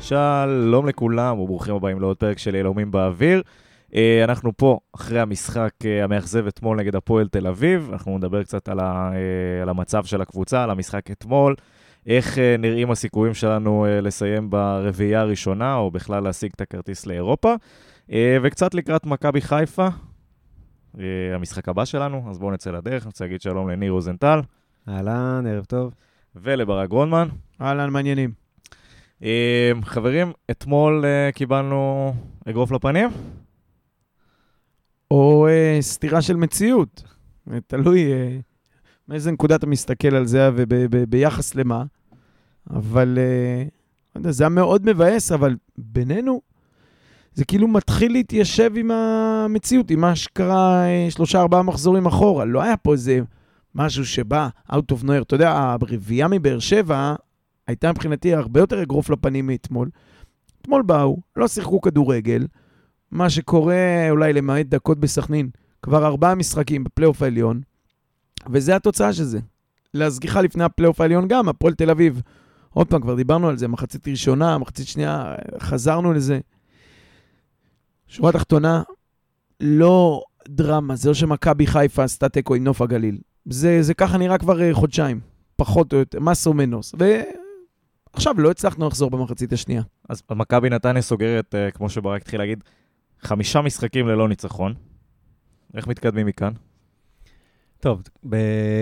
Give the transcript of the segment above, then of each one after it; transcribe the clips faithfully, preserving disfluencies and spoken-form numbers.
שלום לכולם וברוכים הבאים לעוד פרק של ילומים באוויר. אנחנו פה אחרי המשחק המאכזב אתמול נגד הפועל תל אביב. אנחנו נדבר קצת על, ה, על המצב של הקבוצה, על המשחק אתמול, איך נראים הסיכויים שלנו לסיים ברביעייה הראשונה, או בכלל להשיג את הכרטיס לאירופה, וקצת לקראת מכבי חיפה, המשחק הבא שלנו. אז בואו נצא לדרך. אני רוצה להגיד שלום לניר רוזנטל. אהלן, ערב טוב. ולברק גרונמן. אהלן, מעניינים. חברים, אתמול קיבלנו אגרוף לפנים? או סתירה של מציאות. תלוי מאיזה נקודה אתה מסתכל על זה וביחס למה. אבל לא יודע, זה היה מאוד מבאס, אבל בינינו זה כאילו מתחיל להתיישב עם המציאות, עם מה שקרה שלושה ארבעה מחזורים אחורה. לא היה פה איזה משהו שבא out of nowhere. אתה יודע, הרביעייה מבאר שבע הייתה מבחינתי הרבה יותר אגרוף לפנים מאתמול. אתמול באו, לא שיחקו כדורגל, מה שקורה אולי למעט דקות בסכנין, כבר ארבעה משחקים בפלייאוף העליון, וזה התוצאה של זה. להזגיחה לפני הפלייאוף העליון גם, הפועל תל אביב. עוד פעם, כבר דיברנו על זה, מחצית ראשונה, מחצית שנייה, חזרנו לזה. שורה תחתונה, לא דרמה, זה לא שמכבי חיפה עשתה תיקו עם נוף הגליל. זה, זה ככה נראה כבר חודשיים, פחות או יותר, מסו מנוס. ועכשיו לא הצלחנו לחזור במחצית השנייה. אז מכבי נתניה סוגרת, כמו שברק התחיל להגיד, חמישה משחקים ללא ניצחון. איך מתקדמים מכאן? טוב, ב...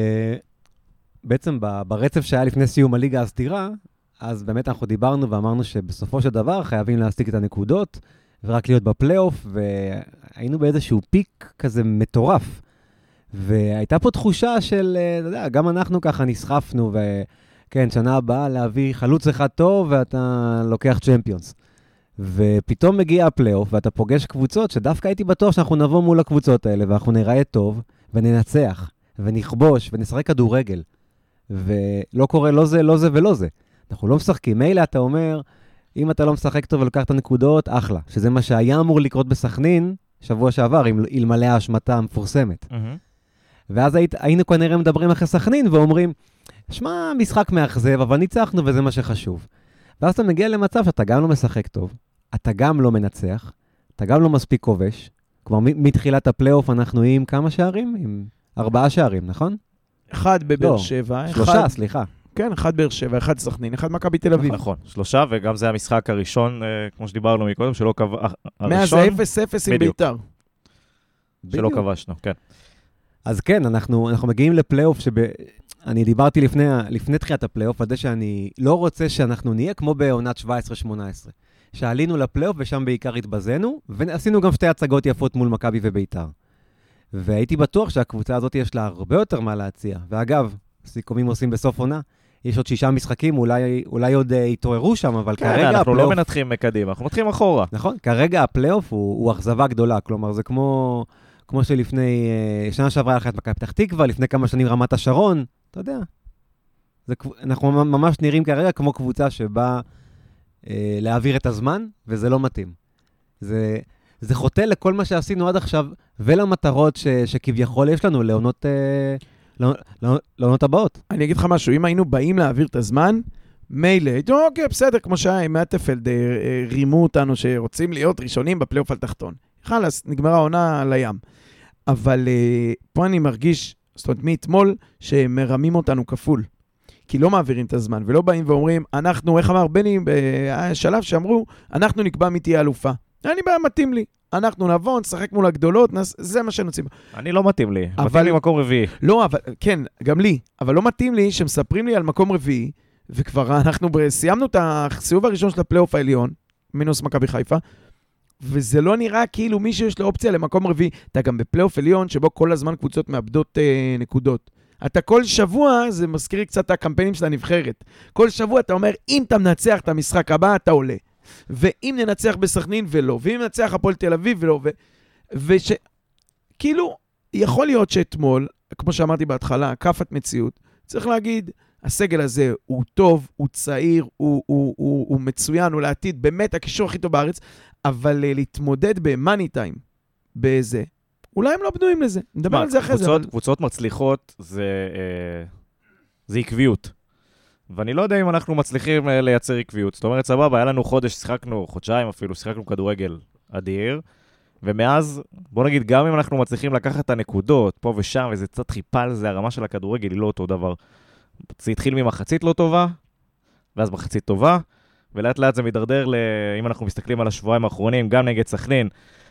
בעצם ברצף שהיה לפני סיום הליגה הסדירה, אז באמת אנחנו דיברנו ואמרנו שבסופו של דבר חייבים להשיג את הנקודות, ורק להיות בפלייאוף, והיינו באיזשהו פיק כזה מטורף. והייתה פה תחושה של, אתה יודע, גם אנחנו ככה נסחפנו, וכן, שנה הבאה להביא חלוץ אחד טוב, ואתה לוקח צ'מפיונס. ופתאום מגיע הפלייאוף, ואתה פוגש קבוצות, שדווקא הייתי בטוח שאנחנו נבוא מול הקבוצות האלה, ואנחנו נראה טוב, וננצח, ונכבוש, ונשחק כדורגל. ולא קורה לא זה, לא זה ולא זה. אנחנו לא משחקים. מילא אתה אומר, אם אתה לא משחק טוב ולוקח את הנקודות, אחלה. שזה מה שהיה אמור לקרות בסכנין, שבוע שעבר, אלמלא ההשמטה המפורסמת. Mm-hmm. ואז היית, היינו כנראה מדברים אחרי סכנין, ואומרים, שמע, משחק מאכזב, אבל ניצחנו, וזה מה שחשוב. ואז אתה מגיע למצב שאתה גם לא משחק טוב, אתה גם לא מנצח, אתה גם לא מספיק כובש. כלומר, מתחילת הפלייאוף אנחנו עם כמה שערים? עם ארבעה שערים, נכון? אחד בבאר שבע. שלושה, סליחה. כן, אחד באר שבע, אחד סכנין, אחד מכבי תל אביב. נכון, שלושה, וגם זה המשחק הראשון, כמו שדיברנו מקודם, שלא קבע... מאז אפס אפס עם ביתר. שלא כבשנו, כן. אז כן, אנחנו, אנחנו מגיעים לפלייאוף שב... אני דיברתי לפני, לפני תחילת הפלייאוף, על זה שאני לא רוצה שאנחנו נהיה כמו בעונת שבע עשרה שמונה עשרה. שעלינו לפלייאוף ושם בעיקר התבזנו, ועשינו גם שתי הצגות יפות מול מכבי וביתר. והייתי בטוח שהקבוצה הזאת יש לה הרבה יותר מה להציע. ואגב, סיכומים עושים בסוף עונה, יש עוד שישה משחקים, אולי, אולי עוד התעוררו שם, אבל כן, כרגע אנחנו הפלייאוף... לא מנתחים מקדימה, אנחנו מתחילים אחורה. נכון, כרגע הפלייאוף הוא, הוא אכזבה גדולה, כלומר זה כמו, כמו שלפני, שנה שעברה הלכת מכבי פתח תקווה, לפני כמה שנים רמת השרון, אתה יודע. זה, אנחנו ממש נראים כרגע כמו קבוצה שבאה אה, להעביר את הזמן, וזה לא מתאים. זה, זה חוטא לכל מה שעשינו עד עכשיו, ולמטרות ש, שכביכול יש לנו לעונות, אה, לעונות, לעונות הבאות. אני אגיד לך משהו, אם היינו באים להעביר את הזמן, מילא, אוקיי, בסדר, כמו שהיה, עם מאטפלד רימו אותנו שרוצים להיות ראשונים בפלייאוף על תחתון. חלס, נגמרה העונה על הים. אבל פה אני מרגיש, זאת אומרת, מאתמול, שמרמים אותנו כפול. כי לא מעבירים את הזמן, ולא באים ואומרים, אנחנו, איך אמר בני, בשלב שאמרו, אנחנו נקבע מי תהיה אלופה. אני בעיה, מתאים לי. אנחנו נבוא, נשחק מול הגדולות, נס... זה מה שנוצאים. אני לא מתאים לי, אבל... מתאים לי מקום רביעי. לא, אבל, כן, גם לי. אבל לא מתאים לי שמספרים לי על מקום רביעי, וכבר אנחנו סיימנו את הסיבוב הראשון של הפלייאוף העליון, מינוס מכבי חיפה, וזה לא נראה כאילו מי שיש לו אופציה למקום רביעי. אתה גם בפלייאוף עליון, שבו כל הזמן קבוצות מאבדות אה, נקודות. אתה כל שבוע, זה מזכיר קצת את הקמפיינים של הנבחרת. כל שבוע אתה אומר, אם אתה מנצח את המשחק הבא, אתה עולה. ואם ננצח בסכנין ולא, ואם ננצח הפועל תל אביב ולא, ו... וש... כאילו, יכול להיות שאתמול, כמו שאמרתי בהתחלה, קפת מציאות, צריך להגיד, הסגל הזה הוא טוב, הוא צעיר, הוא, הוא, הוא, הוא מצוין, הוא לעתיד, באמת הקישור הכי טוב בארץ, אבל להתמודד במאני טיים, באיזה, אולי הם לא בנויים לזה, נדבר על זה אחרי זה. קבוצות מצליחות זה, זה עקביות. ואני לא יודע אם אנחנו מצליחים לייצר עקביות. זאת אומרת, סבבה, היה לנו חודש, שיחקנו, חודשיים אפילו, שיחקנו כדורגל אדיר, ומאז, בוא נגיד, גם אם אנחנו מצליחים לקחת את הנקודות, פה ושם, וזה קצת חיפה על זה, הרמה של הכדורגל היא לא אותו דבר. זה התחיל ממחצית לא טובה, ואז מחצית טובה, ולאט לאט זה מדרדר, ל... אם אנחנו מסתכלים על השבועיים האחרונים, גם נגד סכנין,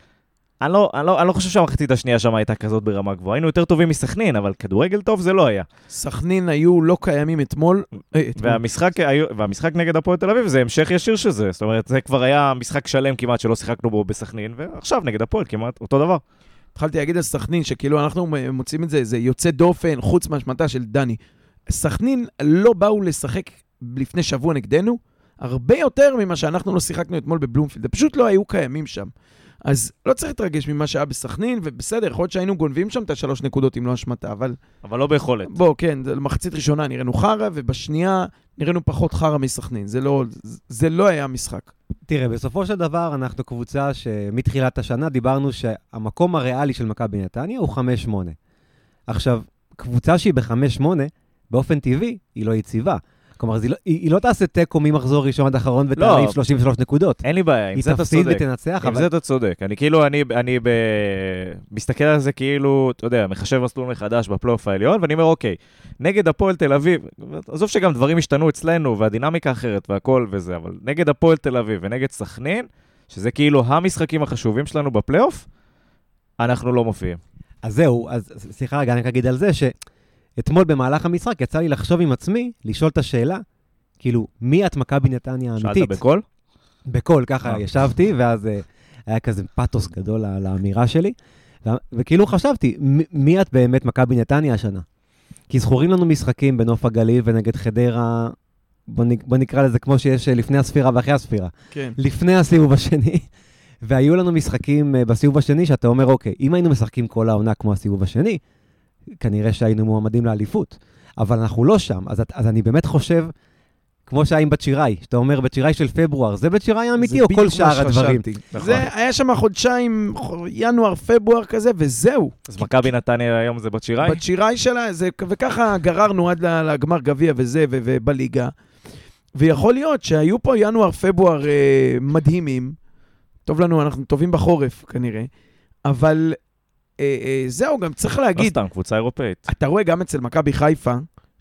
אני לא, אני לא, אני לא חושב שהמחצית השנייה שם הייתה כזאת ברמה גבוהה. היינו יותר טובים מסכנין, אבל כדורגל טוב זה לא היה. סכנין היו לא קיימים אתמול. והמשחק, והמשחק נגד הפועל תל אביב זה המשך ישיר שזה. זאת אומרת, זה כבר היה משחק שלם כמעט שלא שיחקנו בו בסכנין, ועכשיו נגד הפועל כמעט אותו דבר. התחלתי להגיד על סכנין, שכאילו אנחנו מוצאים את זה, זה יוצא דופן, חוץ מהשמטה של דני. סכנין לא באו לשחק לפני שבוע נגדנו, הרבה יותר ממה שאנחנו לא שיחקנו אתמול בבלומפילד. פשוט לא היו קיימים שם. אז לא צריך להתרגש ממה שהיה בסכנין, ובסדר, יכול להיות שהיינו גונבים שם את השלוש נקודות אם לא השמטה, אבל... אבל לא ביכולת. בוא, כן, מחצית ראשונה נראינו חרה, ובשנייה נראינו פחות חרה מסכנין. זה לא, זה לא היה משחק. תראה, בסופו של דבר אנחנו קבוצה שמתחילת השנה דיברנו שהמקום הריאלי של מכבי נתניה הוא חמש שמונה. עכשיו, קבוצה שהיא ב-חמש שמונה, באופן טבעי, היא לא יציבה. כלומר, היא, היא לא תעשה טקו ממחזור ראשון עד אחרון ותעריף שלושים ושלוש נקודות. אין לי בעיה, עם זה אתה צודק. היא תפסיד ותנצח. עם זה אתה צודק. אני כאילו, אני, אני ב... מסתכל על זה כאילו, אתה יודע, מחשב מסלול מחדש בפלייאוף העליון, ואני אומר, אוקיי, נגד הפועל תל אביב, עזוב שגם דברים השתנו אצלנו, והדינמיקה אחרת והכל וזה, אבל נגד הפועל תל אביב ונגד סכנין, שזה כאילו המשחקים החשובים שלנו בפלייאוף, אנחנו לא מופיעים. אז זהו, אז סליחה רגע, אני אגיד על זה ש... אתמול במהלך המשחק יצא לי לחשוב עם עצמי, לשאול את השאלה, כאילו, מי את מכבי נתניה האמיתית? שאלת בקול? בקול, ככה ישבתי, ואז היה כזה פאטוס גדול לאמירה שלי, וכאילו חשבתי, מי את באמת מכבי נתניה השנה? כי זכורים לנו משחקים בנוף הגליל ונגד חדרה, בוא נקרא לזה כמו שיש לפני הספירה ואחרי הספירה. כן. לפני הסיבוב השני, והיו לנו משחקים בסיבוב השני, שאתה אומר, אוקיי, אם היינו משחקים כל העונה כמו הסיבוב השני, כנראה שהיינו מועמדים לאליפות, אבל אנחנו לא שם, אז, אז אני באמת חושב, כמו שהיה עם בצ'יראי, שאתה אומר בצ'יראי של פברואר, זה בצ'יראי האמיתי או כל שאר הדברים? נכון. זה היה שם חודשיים, ינואר, פברואר כזה, וזהו. אז מכבי נתניה היום זה בצ'יראי? בצ'יראי שלה, זה, וככה גררנו עד לגמר גביע וזה, ובליגה. ויכול להיות שהיו פה ינואר, פברואר אה, מדהימים, טוב לנו, אנחנו טובים בחורף כנראה, אבל... זהו, גם צריך להגיד... לא סתם, קבוצה אירופאית. אתה רואה גם אצל מכבי חיפה,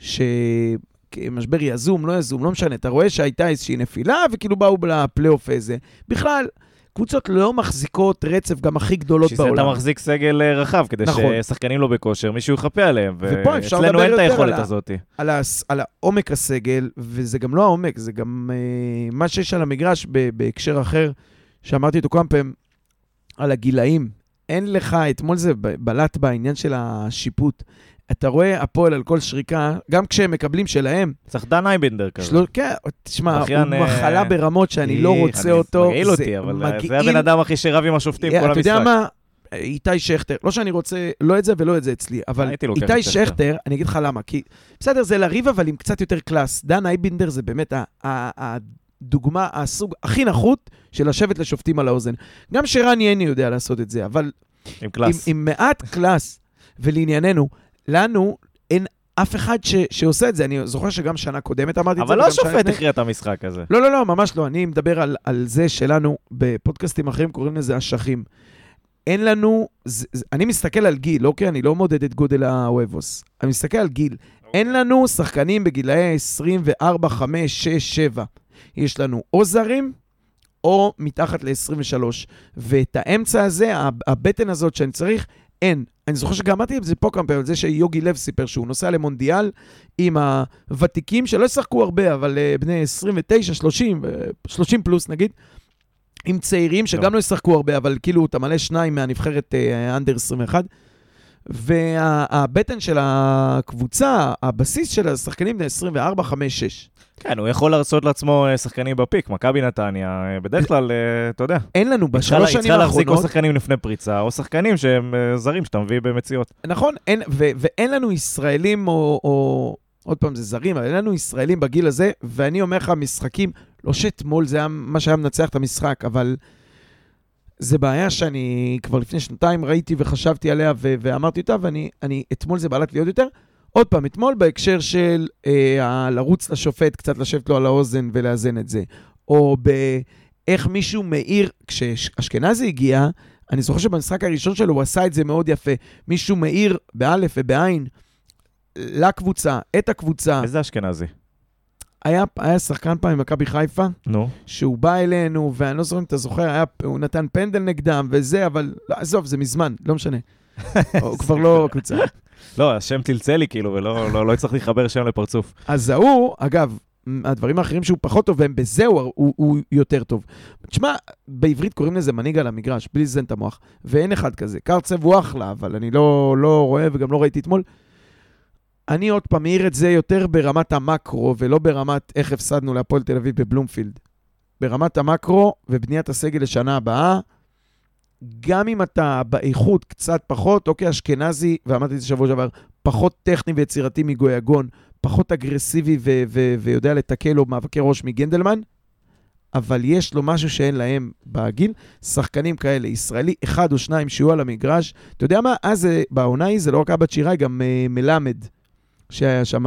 שמשבר יזום, לא יזום, לא משנה, אתה רואה שהייתה איזושהי נפילה, וכאילו באו לפלייאוף איזה. בכלל, קבוצות לא מחזיקות רצף גם הכי גדולות בעולם. שזה אתה מחזיק סגל רחב, כדי ששחקנים לא בכושר, מישהו יחפה עליהם. ופה אפשר לדבר יותר על העומק הסגל, וזה גם לא העומק, זה גם מה שיש על המגרש בהקשר אחר, שאמרתי אותו כמה פעמים, על הגילאים. אין לך, אתמול זה בלט בעניין של השיפוט. אתה רואה הפועל על כל שריקה, גם כשהם מקבלים שלהם. צריך דן אייבנדר כזה. שלו, כן, תשמע, הוא מחלה ברמות שאני לא רוצה אותו. מגעיל אותי, אבל זה הבן אדם הכי שרב עם השופטים כל המשחק. אתה יודע מה? איתי שכטר, לא שאני רוצה, לא את זה ולא את זה אצלי, אבל איתי שכטר, אני אגיד לך למה, כי בסדר, זה לריב, אבל עם קצת יותר קלאס. דן אייבנדר זה באמת הדוגמה, הסוג הכי נחות של לשבת לשופטים על האוזן. גם שרן יני יודע לעשות את זה, אבל עם קלאס. עם, עם מעט קלאס, ולענייננו, לנו אין אף אחד ש, שעושה את זה. אני זוכר שגם שנה קודמת אמרתי את זה. אבל לא השופט הכריע את המשחק הזה. לא, לא, לא, ממש לא. אני מדבר על, על זה שלנו, בפודקאסטים אחרים קוראים לזה אשכים. אין לנו, זה, אני מסתכל על גיל, אוקיי? אני לא מודד את גודל הוובוס. אני מסתכל על גיל. אין לנו שחקנים בגילאי עשרים וארבע, חמש, שש, שבע. יש לנו או זרים, או מתחת ל-עשרים ושלוש. ואת האמצע הזה, הבטן הזאת שאני צריך, אין. אני זוכר שגם אמרתי את זה פה כמה פעמים, זה שיוגי לב סיפר שהוא נוסע למונדיאל עם הוותיקים שלא ישחקו הרבה, אבל בני עשרים ותשע, שלושים, שלושים פלוס נגיד, עם צעירים שגם לא ישחקו הרבה, אבל כאילו אתה מלא שניים מהנבחרת אנדר עשרים ואחת, והבטן של הקבוצה, הבסיס של השחקנים בני עשרים וארבע, חמש, שש. כן, הוא יכול לעשות לעצמו שחקנים בפיק, מכבי נתניה, בדרך כלל, אתה יודע. אין לנו בשלוש שנים האחרונות. צריכה להחזיק או שחקנים לפני פריצה, או שחקנים שהם זרים, שאתה מביא במציאות. נכון, ואין לנו ישראלים, או עוד פעם זה זרים, אבל אין לנו ישראלים בגיל הזה, ואני אומר לך, משחקים, לא שאתמול זה היה מה שהיה מנצח את המשחק, אבל זה בעיה שאני כבר לפני שנתיים ראיתי וחשבתי עליה, ואמרתי אותה, ואני, אתמול זה בעלת לי עוד יותר, עוד פעם, אתמול בהקשר של אה, לרוץ לשופט, קצת לשבת לו על האוזן ולאזן את זה, או באיך מישהו מאיר, כשאשכנזי הגיע, אני זוכר שבמשחק הראשון שלו הוא עשה את זה מאוד יפה, מישהו מאיר באלף ובעין, לקבוצה, את הקבוצה. איזה אשכנזי? היה, היה שחקן פעם עם מכבי חיפה, נו. שהוא בא אלינו, ואני לא זוכר אם אתה זוכר, היה, הוא נתן פנדל נגדם וזה, אבל לא, עזוב, זה מזמן, לא משנה. הוא כבר לא קבוצה. לא, השם תלצל לי כאילו, ולא לא, לא הצלחתי לחבר שם לפרצוף. אז הוא, אגב, הדברים האחרים שהוא פחות טוב, והם בזה הוא, הוא, הוא יותר טוב. תשמע, בעברית קוראים לזה מנהיג על המגרש, בלי לזן את המוח, ואין אחד כזה. קרצב הוא אחלה, אבל אני לא, לא רואה וגם לא ראיתי אתמול. אני עוד פעם מעיר את זה יותר ברמת המקרו, ולא ברמת איך הפסדנו להפועל תל אביב בבלומפילד. ברמת המקרו ובניית הסגל לשנה הבאה, גם אם אתה באיכות קצת פחות, אוקיי, אשכנזי, ואמרתי את זה שבוע שעבר, פחות טכני ויצירתי מגויגון, פחות אגרסיבי ו- ו- ויודע לתקל לו מאבקי ראש מגנדלמן, אבל יש לו משהו שאין להם בגיל, שחקנים כאלה, ישראלי, אחד או שניים שיהיו על המגרש, אתה יודע מה? אז בעונה היא, זה לא רק אבא שיראי, גם uh, מלמד שהיה שם.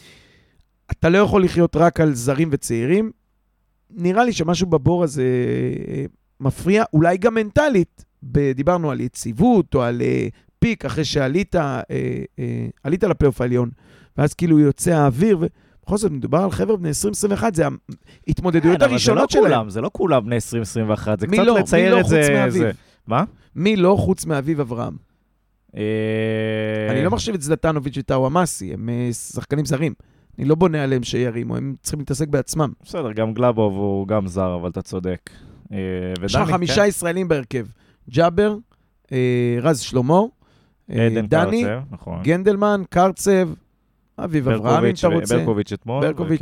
אתה לא יכול לחיות רק על זרים וצעירים, נראה לי שמשהו בבור הזה מפריע, אולי גם מנטלית, דיברנו על יציבות או על uh, פיק, אחרי שעלית uh, uh, עלית לפלייאוף העליון, ואז כאילו יוצא האוויר, ובכל זאת מדובר על חבר'ה בני עשרים עשרים ואחת, זה ההתמודדויות הראשונות שלהם. זה לא כולם בני עשרים עשרים ואחת, זה קצת לצייר את זה. מה? מי לא חוץ מאביב אברהם? אני לא מחשיב את זלטנוביץ' וטאוואמאסי, הם שחקנים זרים. אני לא בונה עליהם שירימו, הם צריכים להתעסק בעצמם. בסדר, גם גלאבוב הוא גם זר, אבל אתה צודק. יש לך חמישה ישראלים בהרכב. ג'אבר, רז שלמה, דני, גנדלמן, קרצב, אביב אברהם, אם אתה רוצה. ברקוביץ' אתמול. ברקוביץ'.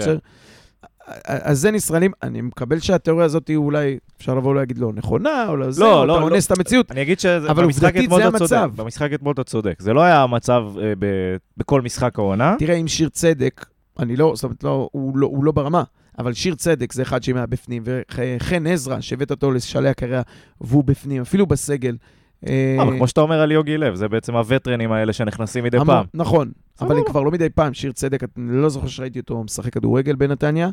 אז זה ישראלים, אני מקבל שהתיאוריה הזאת היא אולי, אפשר לבוא להגיד לו נכונה, או לא זה, או אתה אונס את המציאות. אני אגיד שבמשחק אתמול אתה צודק. במשחק אתמול אתה צודק. זה לא היה המצב בכל משחק העונה. תראה, עם שיר צדק, אני לא, זאת אומרת, הוא לא ברמה, אבל שיר צדק זה אחד שאם היה בפנים, וחן עזרא, שהבאת אותו לשלע הקריירה, והוא בפנים, אפילו בסגל. אבל כמו שאתה אומר על יוגי לב, זה בעצם הווטרנים האלה שנכנסים מדי פעם. נכון, אבל הם כבר לא מדי פעם, שיר צדק, אני לא זוכר שראיתי אותו משחק כדורגל בנתניה,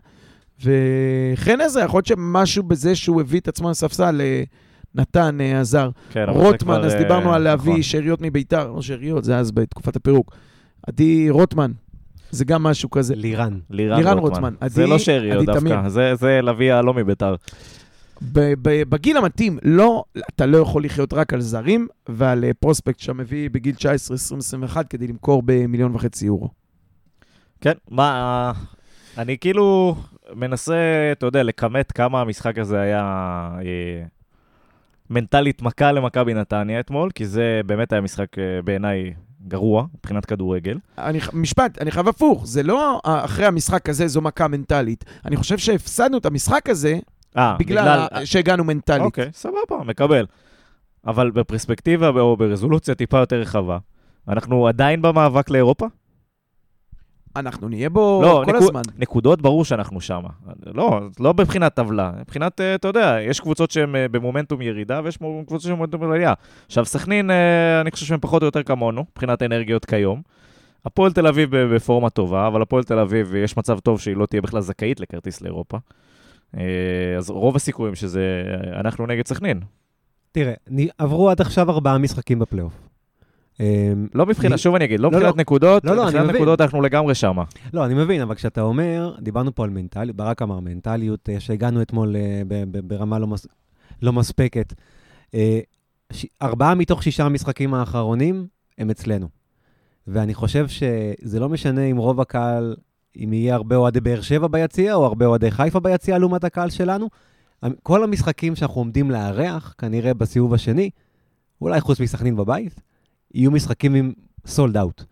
וחן עזרא, יכול להיות שמשהו בזה שהוא הביא את עצמו לספסל, נתן עזר. רוטמן, אז דיברנו על להביא שאריות מביתר, לא שאריות, זה אז בתקופת הפירוק. עדי רוטמן, זה גם משהו כזה. לירן. לירן רוטמן. זה לא שאריות דווקא, זה להביא לא מביתר. בגיל המתאים, לא, אתה לא יכול לחיות רק על זרים, ועל פרוספקט שמביא בגיל תשע עשרה עשרים עשרים ואחת כדי למכור במיליון וחצי יורו. כן, מה, אני כאילו מנסה, אתה יודע, לקמת כמה המשחק הזה היה אה, מנטלית מכה למכבי נתניה אתמול, כי זה באמת היה משחק אה, בעיניי גרוע, מבחינת כדורגל. אני, משפט, אני חייב הפוך, זה לא אחרי המשחק הזה זו מכה מנטלית. אני חושב שהפסדנו את המשחק הזה, 아, בגלל, בגלל שהגענו מנטלית. אוקיי, סבבה, מקבל. אבל בפרספקטיבה או ברזולוציה טיפה יותר רחבה, אנחנו עדיין במאבק לאירופה? אנחנו נהיה בו לא, כל נקוד, הזמן. נקודות ברור שאנחנו שם. לא, לא בבחינת טבלה. מבחינת, אתה יודע, יש קבוצות שהן במומנטום ירידה, ויש קבוצות שהן במומנטום עלייה. עכשיו, סכנין, אני חושב שהן פחות או יותר כמונו, מבחינת אנרגיות כיום. הפועל תל אביב בפורמה טובה, אבל הפועל תל אביב יש מצב טוב שהיא לא תהיה בכלל זכאית לכרטיס לאירופה. אז רוב הסיכויים שזה, אנחנו נגד סכנין. תראה, עברו עד עכשיו ארבעה משחקים בפלייאוף. לא מבחינת, שוב אני אגיד, לא מבחינת נקודות, מבחינת נקודות אנחנו לגמרי שם. לא, אני מבין, אבל כשאתה אומר, דיברנו פה על מנטליות, ברק אמר מנטליות, שהגענו אתמול ברמה לא מספקת. ארבעה מתוך שישה המשחקים האחרונים הם אצלנו. ואני חושב שזה לא משנה אם רוב הקהל, אם יהיה הרבה אוהדי באר שבע ביציע, או הרבה אוהדי חיפה ביציע, לעומת הקהל שלנו. כל המשחקים שאנחנו עומדים לארח, כנראה בסיבוב השני, אולי חוץ מסכנין בבית, יהיו משחקים עם סולד אאוט.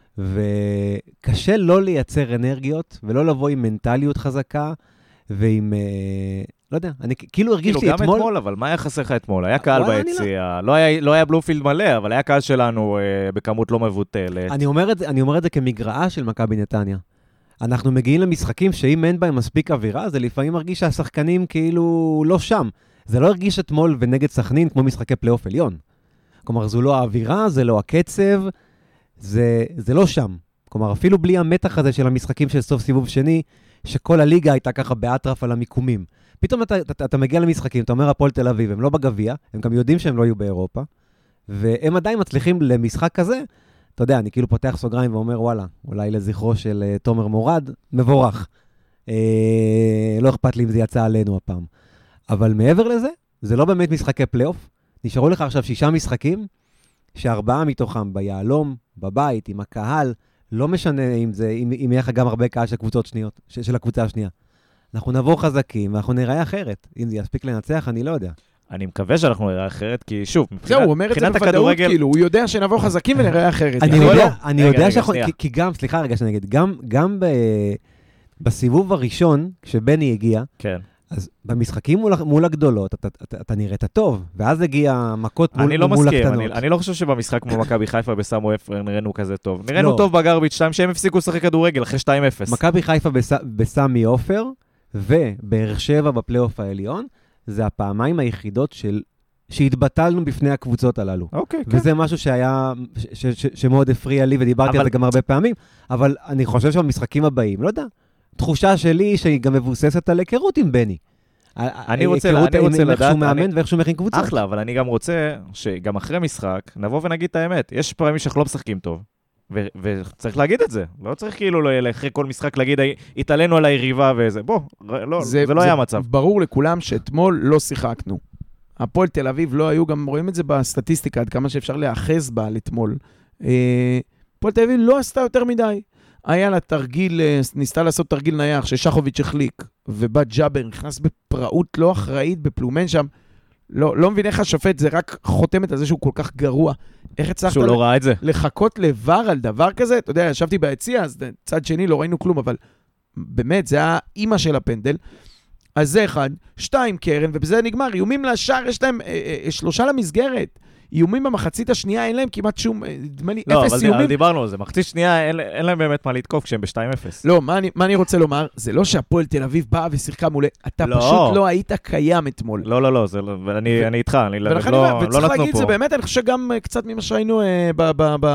וקשה לא לייצר אנרגיות, ולא לבוא עם מנטליות חזקה, ועם, לא יודע, אני כאילו הרגיש לי אתמול... גם אתמול, אבל מה היה חסר לך אתמול? היה קהל ביציע, לא היה, לא היה בלומפילד מלא, אבל היה קהל שלנו בכמות לא מבוטלת. אני אומר את זה, אני אומר את זה כמגרעה של מכבי נתניה. אנחנו מגיעים למשחקים שאם אין בהם מספיק אווירה, זה לפעמים מרגיש שהשחקנים כאילו לא שם. זה לא הרגיש אתמול ונגד סכנין כמו משחקי פלייאוף עליון. כלומר, זו לא האווירה, זה לא הקצב, זה, זה לא שם. כלומר, אפילו בלי המתח הזה של המשחקים של סוף סיבוב שני, שכל הליגה הייתה ככה באטרף על המיקומים. פתאום אתה, אתה, אתה מגיע למשחקים, אתה אומר הפועל תל אביב, הם לא בגביע, הם גם יודעים שהם לא יהיו באירופה, והם עדיין מצליחים למשחק כזה, אתה יודע, אני כאילו פותח סוגריים ואומר, וואלה, אולי לזכרו של uh, תומר מורד, מבורך. אה, לא אכפת לי אם זה יצא עלינו הפעם. אבל מעבר לזה, זה לא באמת משחקי פלייאוף. נשארו לך עכשיו שישה משחקים, שארבעה מתוכם ביעלום, בבית, עם הקהל, לא משנה אם זה, אם, אם יהיה לך גם הרבה קהל של קבוצות שניות, של, של הקבוצה השנייה. אנחנו נבוא חזקים, ואנחנו נראה אחרת. אם זה יספיק לנצח, אני לא יודע. אני מקווה שאנחנו נראה אחרת, כי שוב, זהו, הוא אומר את זה בוודאות, כאילו, הוא יודע שנבוא חזקים ונראה אחרת. אני יודע, אני יודע שאנחנו, כי גם, סליחה רגע שאני אגיד, גם, גם בסיבוב הראשון, כשבני הגיע, כן. אז במשחקים מול, מול הגדולות, אתה, אתה, אתה נראית טוב, ואז הגיע מכות מול, לא מול מסכים, הקטנות. אני, אני לא חושב שבמשחק מול מכבי חיפה בסמו אפר נראינו כזה טוב. נראינו לא. טוב בגרביץ' שתיים שהם הפסיקו לשחק כדורגל אחרי שתיים אפס. מכבי חיפה בס, בסמי עופר, ובאר שבע בפלייאוף העליון, זה הפעמיים היחידות של, שהתבטלנו בפני הקבוצות הללו. אוקיי, וזה כן. משהו שהיה, ש, ש, ש, שמאוד הפריע לי, ודיברתי אבל... על זה גם הרבה פעמים, אבל אני חושב שבמשחקים הבאים, לא יודע, תחושה שלי שהיא גם מבוססת על היכרות עם בני. אני רוצה, אני רוצה לדעת, איך שהוא מאמן ואיך שהוא מכין קבוצה. אחלה, אבל אני גם רוצה שגם אחרי משחק נבוא ונגיד את האמת. יש פעמים שאנחנו לא משחקים טוב, וצריך להגיד את זה. לא צריך כאילו אחרי כל משחק להגיד, התעלינו על היריבה וזה. בוא, זה לא היה מצב. ברור לכולם שאתמול לא שיחקנו. הפועל תל אביב לא היו, גם רואים את זה בסטטיסטיקה, עד כמה שאפשר להאחז בה לתמול. הפועל תל אביב לא עשתה יותר מדי. היה לה תרגיל, ניסתה לעשות תרגיל נייח, ששחוביץ' החליק, ובא ג'אבר, נכנס בפראות לא אחראית, בפלומן שם, לא, לא מבין איך השופט, זה רק חותמת על זה שהוא כל כך גרוע. איך הצלחת שהוא לא ראה את זה. לחכות לבר על דבר כזה? אתה יודע, ישבתי ביציע, אז צד שני לא ראינו כלום, אבל באמת, זה האימא של הפנדל. אז זה אחד, שתיים קרן, ובזה נגמר, איומים לשער, יש להם אה, אה, שלושה למסגרת. איומים במחצית השנייה, אין להם כמעט שום, דמה לי, לא, אפס אבל איומים. לא, אבל דיברנו על זה. מחצית שנייה, אין, אין להם באמת מה לתקוף כשהם ב-שתיים אפס. לא, מה אני, מה אני רוצה לומר? זה לא שהפועל תל אביב באה ושיחקה מולי, אתה לא. פשוט לא היית קיים אתמול. לא, לא, לא, זה לא אני, ו... אני איתך, אני לא, לא, וצריך לא להגיד את זה באמת, אני חושב גם קצת ממה שהיינו אה, ב, ב, ב,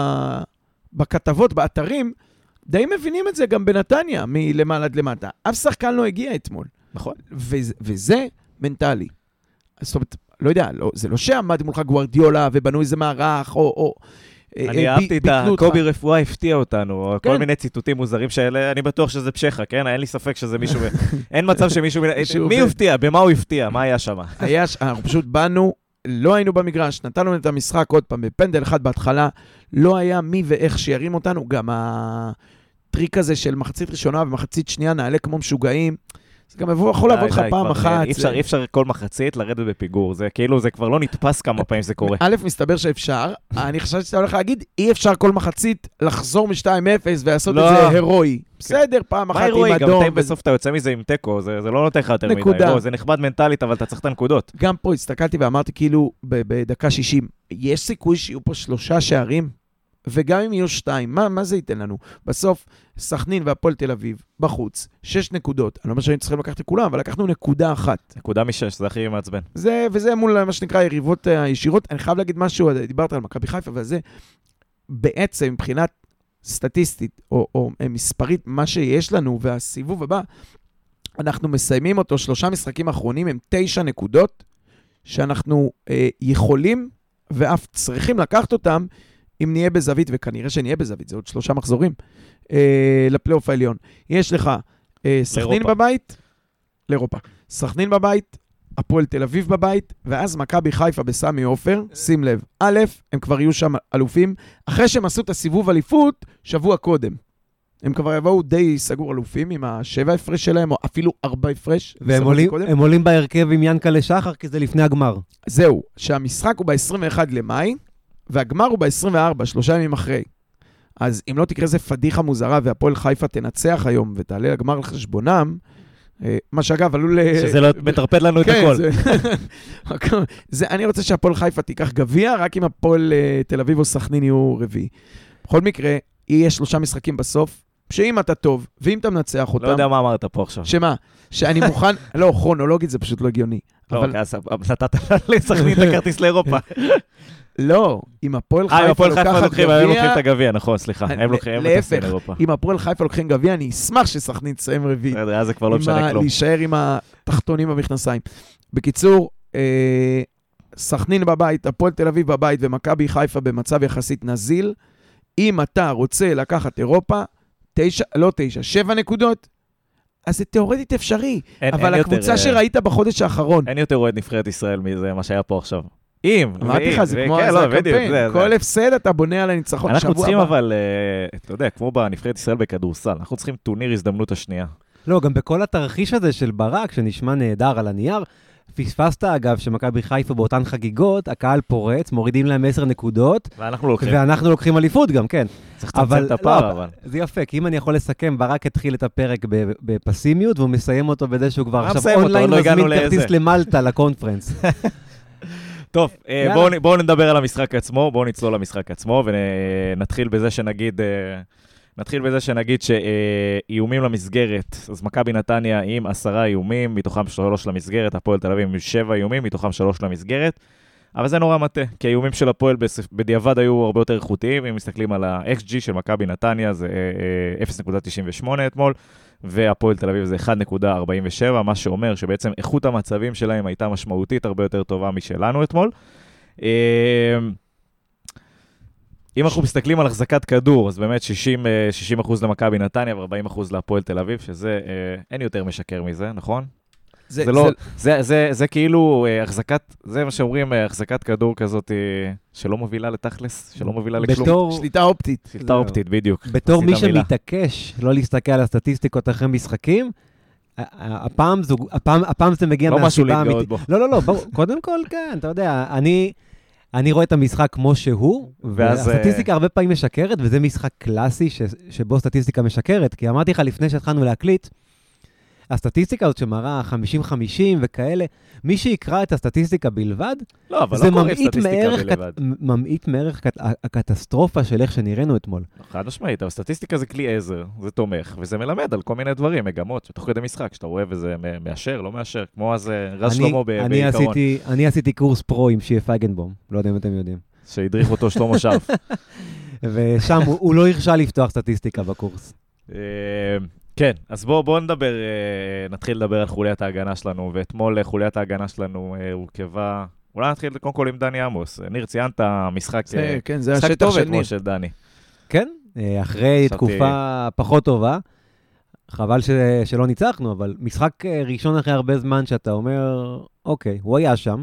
בכתבות, באתרים, די מבינים את זה גם בנתניה, מלמעלה עד למטה. אף שחקן לא הגיע אתמול. נכון. וזה, וזה מנטלי. זאת אומרת, לא יודע, לא, זה לא שעמד מולך גוארדיולה ובנו איזה מערך, או... או אני אהבתי את הקובי רפואה, הפתיע אותנו, או כל מיני ציטוטים מוזרים שאלה, אני בטוח שזה פשחה, כן? אין לי ספק שזה מישהו... אין מצב שמישהו... מי הפתיע? במה הוא הפתיע? מה היה שם? היה, אנחנו פשוט באנו, לא היינו במגרש, נתנו את המשחק עוד פעם, בפנדל אחד בהתחלה, לא היה מי ואיך שירים אותנו, גם הטריק הזה של מחצית ראשונה ומחצית שנייה נעלה כמו משוגעים, זה גם יכול לעבוד לך פעם אחת. אי אפשר כל מחצית לרדת בפיגור, זה כאילו, זה כבר לא נתפס כמה פעמים זה קורה. א', מסתבר שאפשר, אני חשבתי שאתה הולך להגיד, אי אפשר כל מחצית לחזור מ-שתיים אפס ולעשות את זה הירואי. בסדר, פעם אחת עם אדום. גם בסוף אתה יוצא מזה עם טקו, זה לא נותן לך יותר מדי. זה נכבד מנטלית, אבל אתה צריך את הנקודות. גם פה הסתכלתי ואמרתי כאילו, בדקה שישים, יש סיכוי שיהיו פה שלושה שערים? וגם אם יהיו שתיים, מה, מה זה ייתן לנו? בסוף, סכנין והפועל תל אביב, בחוץ, שש נקודות. אני לא אומר שהיינו צריכים לקחת לכולם, אבל לקחנו נקודה אחת. נקודה משש, זה הכי מעצבן. זה, וזה מול מה שנקרא יריבות הישירות. אני חייב להגיד משהו, דיברת על מכבי חיפה, אבל זה בעצם, מבחינת סטטיסטית, או, או מספרית, מה שיש לנו, והסיבוב הבא, אנחנו מסיימים אותו, שלושה משחקים האחרונים, הם תשע נקודות, שאנחנו אה, יכולים, ואף צריכים לקחת אותם, אם נהיה בזווית, וכנראה שנהיה בזווית, זה עוד שלושה מחזורים, אה, לפלייאוף העליון. יש לך אה, סכנין בבית, לאירופה. סכנין בבית, הפועל תל אביב בבית, ואז מכבי חיפה בסמי עופר, שים לב, א', הם כבר יהיו שם אלופים, אחרי שהם עשו את הסיבוב אליפות, שבוע קודם. הם כבר יבואו די סגור אלופים, עם השבע הפרש שלהם, או אפילו ארבע הפרש. והם עולים, הם עולים בהרכב עם ינקה לשחר, כי זה לפני הגמר. זהו, שהמשחק הוא ב-עשרים ואחד למאי, והגמר הוא ב-עשרים וארבע, שלושה ימים אחרי. אז אם לא תקרא זה פדיחה מוזרה, והפועל חיפה תנצח היום, ותעלה לגמר לחשבונם, מה שאגב, עלו ל... שזה לא מטרפד לנו את הכל. אני רוצה שהפועל חיפה תיקח גביע, רק אם הפועל תל אביב או סכנין יהיו רביעי. בכל מקרה, יהיה שלושה משחקים בסוף, שאם אתה טוב, ואם אתה מנצח אותם... לא יודע מה אמרת פה עכשיו. שמה? שאני מוכן... לא, כרונולוגית זה פשוט לא הגיוני. לא, אז נתת לסכנין את הכרטיס לאירופה. לא, אם הפועל חיפה הפועל חיפה לוקחת לוקחים, הם לוקחים גביע, את הגביע, נכון, סליחה. הם לוקחים את להפך, אירופה. אם הפועל חיפה לוקחים גביע, אני אשמח שסכנין תסיים רביעית. אז זה כבר לא משנה כלום. להישאר עם התחתונים במכנסיים. בקיצור, סכנין בבית, הפועל תל אביב בבית ומכבי חיפה במצב יחסית נזיל. אם אתה רוצה לקחת אירופה, תשע, לא תשע, שבע נקודות, אז זה תיאורטית אפשרי. אין, אבל אין הקבוצה יותר, שראית בחודש האחרון, אין יותר רואה את נבחרת ישראל מזה, מה שהיה פה עכשיו. אם, אמרתי לך, זה כמו כן, זה לא, הקמפיין, בדיוק, זה, כל זה. הפסד אתה בונה על הניצחון שבוע הבא. אנחנו צריכים אבל, אה, אתה יודע, כמו בנבחרת ישראל בכדורסל, אנחנו צריכים טורניר הזדמנות השנייה. לא, גם בכל התרחיש הזה של ברק, שנשמע נהדר על הנייר, פספסת אגב שמכבי חיפה באותן חגיגות, הקהל פורץ, מורידים להם עשר נקודות, ואנחנו לוקחים. ואנחנו לוקחים אליפות גם, כן. צריך לצמצם את הפער, אבל. זה יפה, כי אם אני יכול לסכם, ברק התחיל את הפרק בפסימיות, והוא מסיים אותו בזה שהוא כבר עכשיו אונליין מזמין כרטיס למלטה, לקונפרנס. טוב, בואו בוא נדבר על המשחק עצמו, בואו נצלול למשחק עצמו, ונתחיל בזה שנגיד, נתחיל בזה שנגיד שאיומים למסגרת, אז מכבי נתניה עם עשרה איומים, מתוכם שלוש למסגרת, הפועל תל אביב עם שבע איומים, מתוכם שלוש למסגרת, אבל זה נורא מטה, כי האיומים של הפועל בדיעבד היו הרבה יותר איכותיים, אם מסתכלים על ה-אקס ג'י של מכבי נתניה, זה אפס נקודה תשעים ושמונה אתמול, והפועל תל אביב זה אחת נקודה ארבעים ושבע, מה שאומר שבעצם איכות המצבים שלהם הייתה משמעותית הרבה יותר טובה משלנו אתמול. אם אנחנו מסתכלים על החזקת כדור, אז באמת שישים אחוז למכבי נתניה ו-ארבעים אחוז להפועל תל אביב, שזה אין יותר משקר מזה, נכון? זה, זה, לא, זה, זה, זה כאילו החזקת, זה מה שאומרים, החזקת כדור כזאת שלא מובילה לתכלס, שלא מובילה לכלום. בתור... שליטה אופטית. שליטה אופטית, בדיוק. בתור מי שמתעקש לא להסתכל על הסטטיסטיקות אחרי משחקים, הפעם, זו, הפעם, הפעם זה מגיע לא מהסיבה משהו להתגאות בו. לא, לא, לא, בוא, קודם כל, כן, אתה יודע, אני... אני רואה את המשחק כמו שהוא, והסטטיסטיקה הרבה פעמים משקרת, וזה משחק קלאסי ש, שבו סטטיסטיקה משקרת, כי אמרתי לך לפני שהתחלנו להקליט, הסטטיסטיקה הזאת שמראה חמישים חמישים וכאלה, מי שיקרא את הסטטיסטיקה בלבד, לא, אבל לא קורא סטטיסטיקה בלבד. זה ממעיט מערך הקטסטרופה של איך שנראינו אתמול. חד משמעית, אבל סטטיסטיקה זה כלי עזר, זה תומך, וזה מלמד על כל מיני דברים, מגמות, בתוך כדי משחק, שאתה רואה וזה מאשר, לא מאשר, כמו אז רז שלמה בעיקרון. אני עשיתי קורס פרו עם שיה פייגנבום, לא יודע אם אתם יודעים. שהדריך אותו שלמה שרף. ושם הוא לא הרשה לפתוח סטטיסטיקה בקורס. כן, אז בואו בוא נדבר, נתחיל לדבר על חוליית ההגנה שלנו, ואתמול חוליית ההגנה שלנו הורכבה, אולי נתחיל קודם כל עם דני עמוס. ניר, ציינת משחק, זה, כן, זה השטח של ניר. של דני. כן, אחרי תקופה פחות טובה, חבל ש, שלא ניצחנו, אבל משחק ראשון אחרי הרבה זמן שאתה אומר, אוקיי, הוא היה שם,